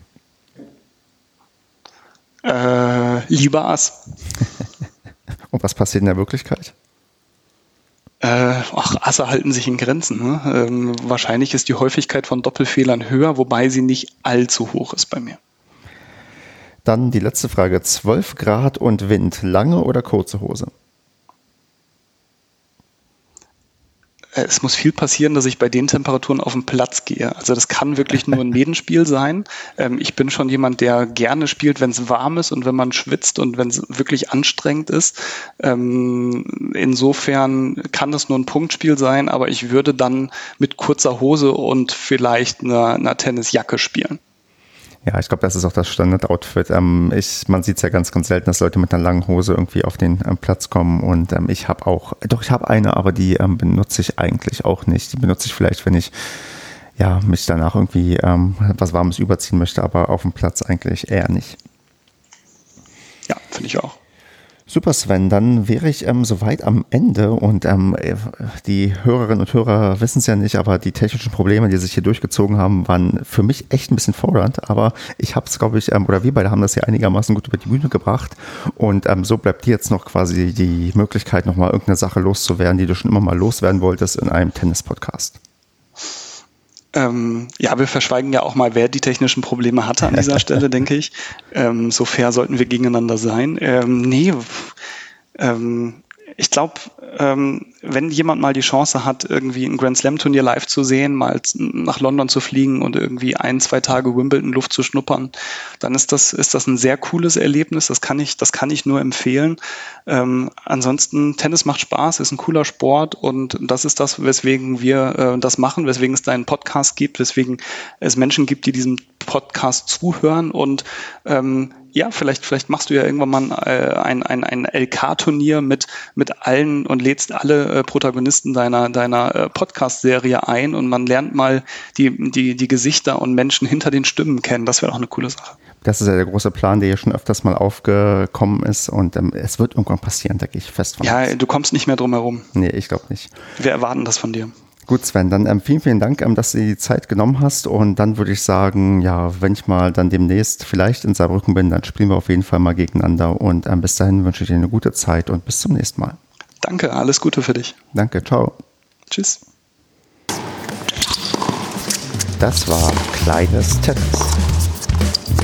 Äh, lieber Ass. Und was passiert in der Wirklichkeit? Äh, ach, Asse halten sich in Grenzen. Ne? Ähm, wahrscheinlich ist die Häufigkeit von Doppelfehlern höher, wobei sie nicht allzu hoch ist bei mir. Dann die letzte Frage. zwölf Grad und Wind, lange oder kurze Hose? Es muss viel passieren, dass ich bei den Temperaturen auf den Platz gehe. Also das kann wirklich nur ein Nebenspiel sein. Ähm, ich bin schon jemand, der gerne spielt, wenn es warm ist und wenn man schwitzt und wenn es wirklich anstrengend ist. Ähm, insofern kann das nur ein Punktspiel sein, aber ich würde dann mit kurzer Hose und vielleicht einer, einer Tennisjacke spielen. Ja, ich glaube, das ist auch das Standard-Outfit. Ähm, ich, man sieht es ja ganz, ganz selten, dass Leute mit einer langen Hose irgendwie auf den ähm, Platz kommen. Und ähm, ich habe auch, doch, ich habe eine, aber die ähm, benutze ich eigentlich auch nicht. Die benutze ich vielleicht, wenn ich ja, mich danach irgendwie ähm, was Warmes überziehen möchte, aber auf dem Platz eigentlich eher nicht. Ja, finde ich auch. Super, Sven, dann wäre ich ähm, soweit am Ende und ähm, die Hörerinnen und Hörer wissen es ja nicht, aber die technischen Probleme, die sich hier durchgezogen haben, waren für mich echt ein bisschen fordernd, aber ich habe es, glaube ich, ähm, oder wir beide haben das ja einigermaßen gut über die Bühne gebracht und ähm, so bleibt dir jetzt noch quasi die Möglichkeit, nochmal irgendeine Sache loszuwerden, die du schon immer mal loswerden wolltest in einem Tennis-Podcast. Ähm, ja, wir verschweigen ja auch mal, wer die technischen Probleme hatte an dieser Stelle, denke ich. Ähm, so fair sollten wir gegeneinander sein. Ähm, nee, ähm, ich glaube, ähm, wenn jemand mal die Chance hat, irgendwie ein Grand Slam Turnier live zu sehen, mal nach London zu fliegen und irgendwie ein, zwei Tage Wimbledon Luft zu schnuppern, dann ist das, ist das ein sehr cooles Erlebnis. Das kann ich, das kann ich nur empfehlen. Ähm, ansonsten, Tennis macht Spaß, ist ein cooler Sport und das ist das, weswegen wir äh, das machen, weswegen es deinen Podcast gibt, weswegen es Menschen gibt, die diesem Podcast zuhören und ähm, ja, vielleicht, vielleicht machst du ja irgendwann mal äh, ein, ein, ein L K-Turnier mit, mit allen und lädst alle äh, Protagonisten deiner, deiner äh, Podcast-Serie ein und man lernt mal die, die, die Gesichter und Menschen hinter den Stimmen kennen. Das wäre auch eine coole Sache. Das ist ja der große Plan, der ja schon öfters mal aufgekommen ist und ähm, es wird irgendwann passieren, da gehe ich fest von aus. Ja, du kommst nicht mehr drum herum. Nee, ich glaube nicht. Wir erwarten das von dir. Gut, Sven, dann ähm, vielen, vielen Dank, ähm, dass du dir die Zeit genommen hast und dann würde ich sagen, ja, wenn ich mal dann demnächst vielleicht in Saarbrücken bin, dann spielen wir auf jeden Fall mal gegeneinander und ähm, bis dahin wünsche ich dir eine gute Zeit und bis zum nächsten Mal. Danke, alles Gute für dich. Danke, ciao. Tschüss. Das war Kleines Tennis.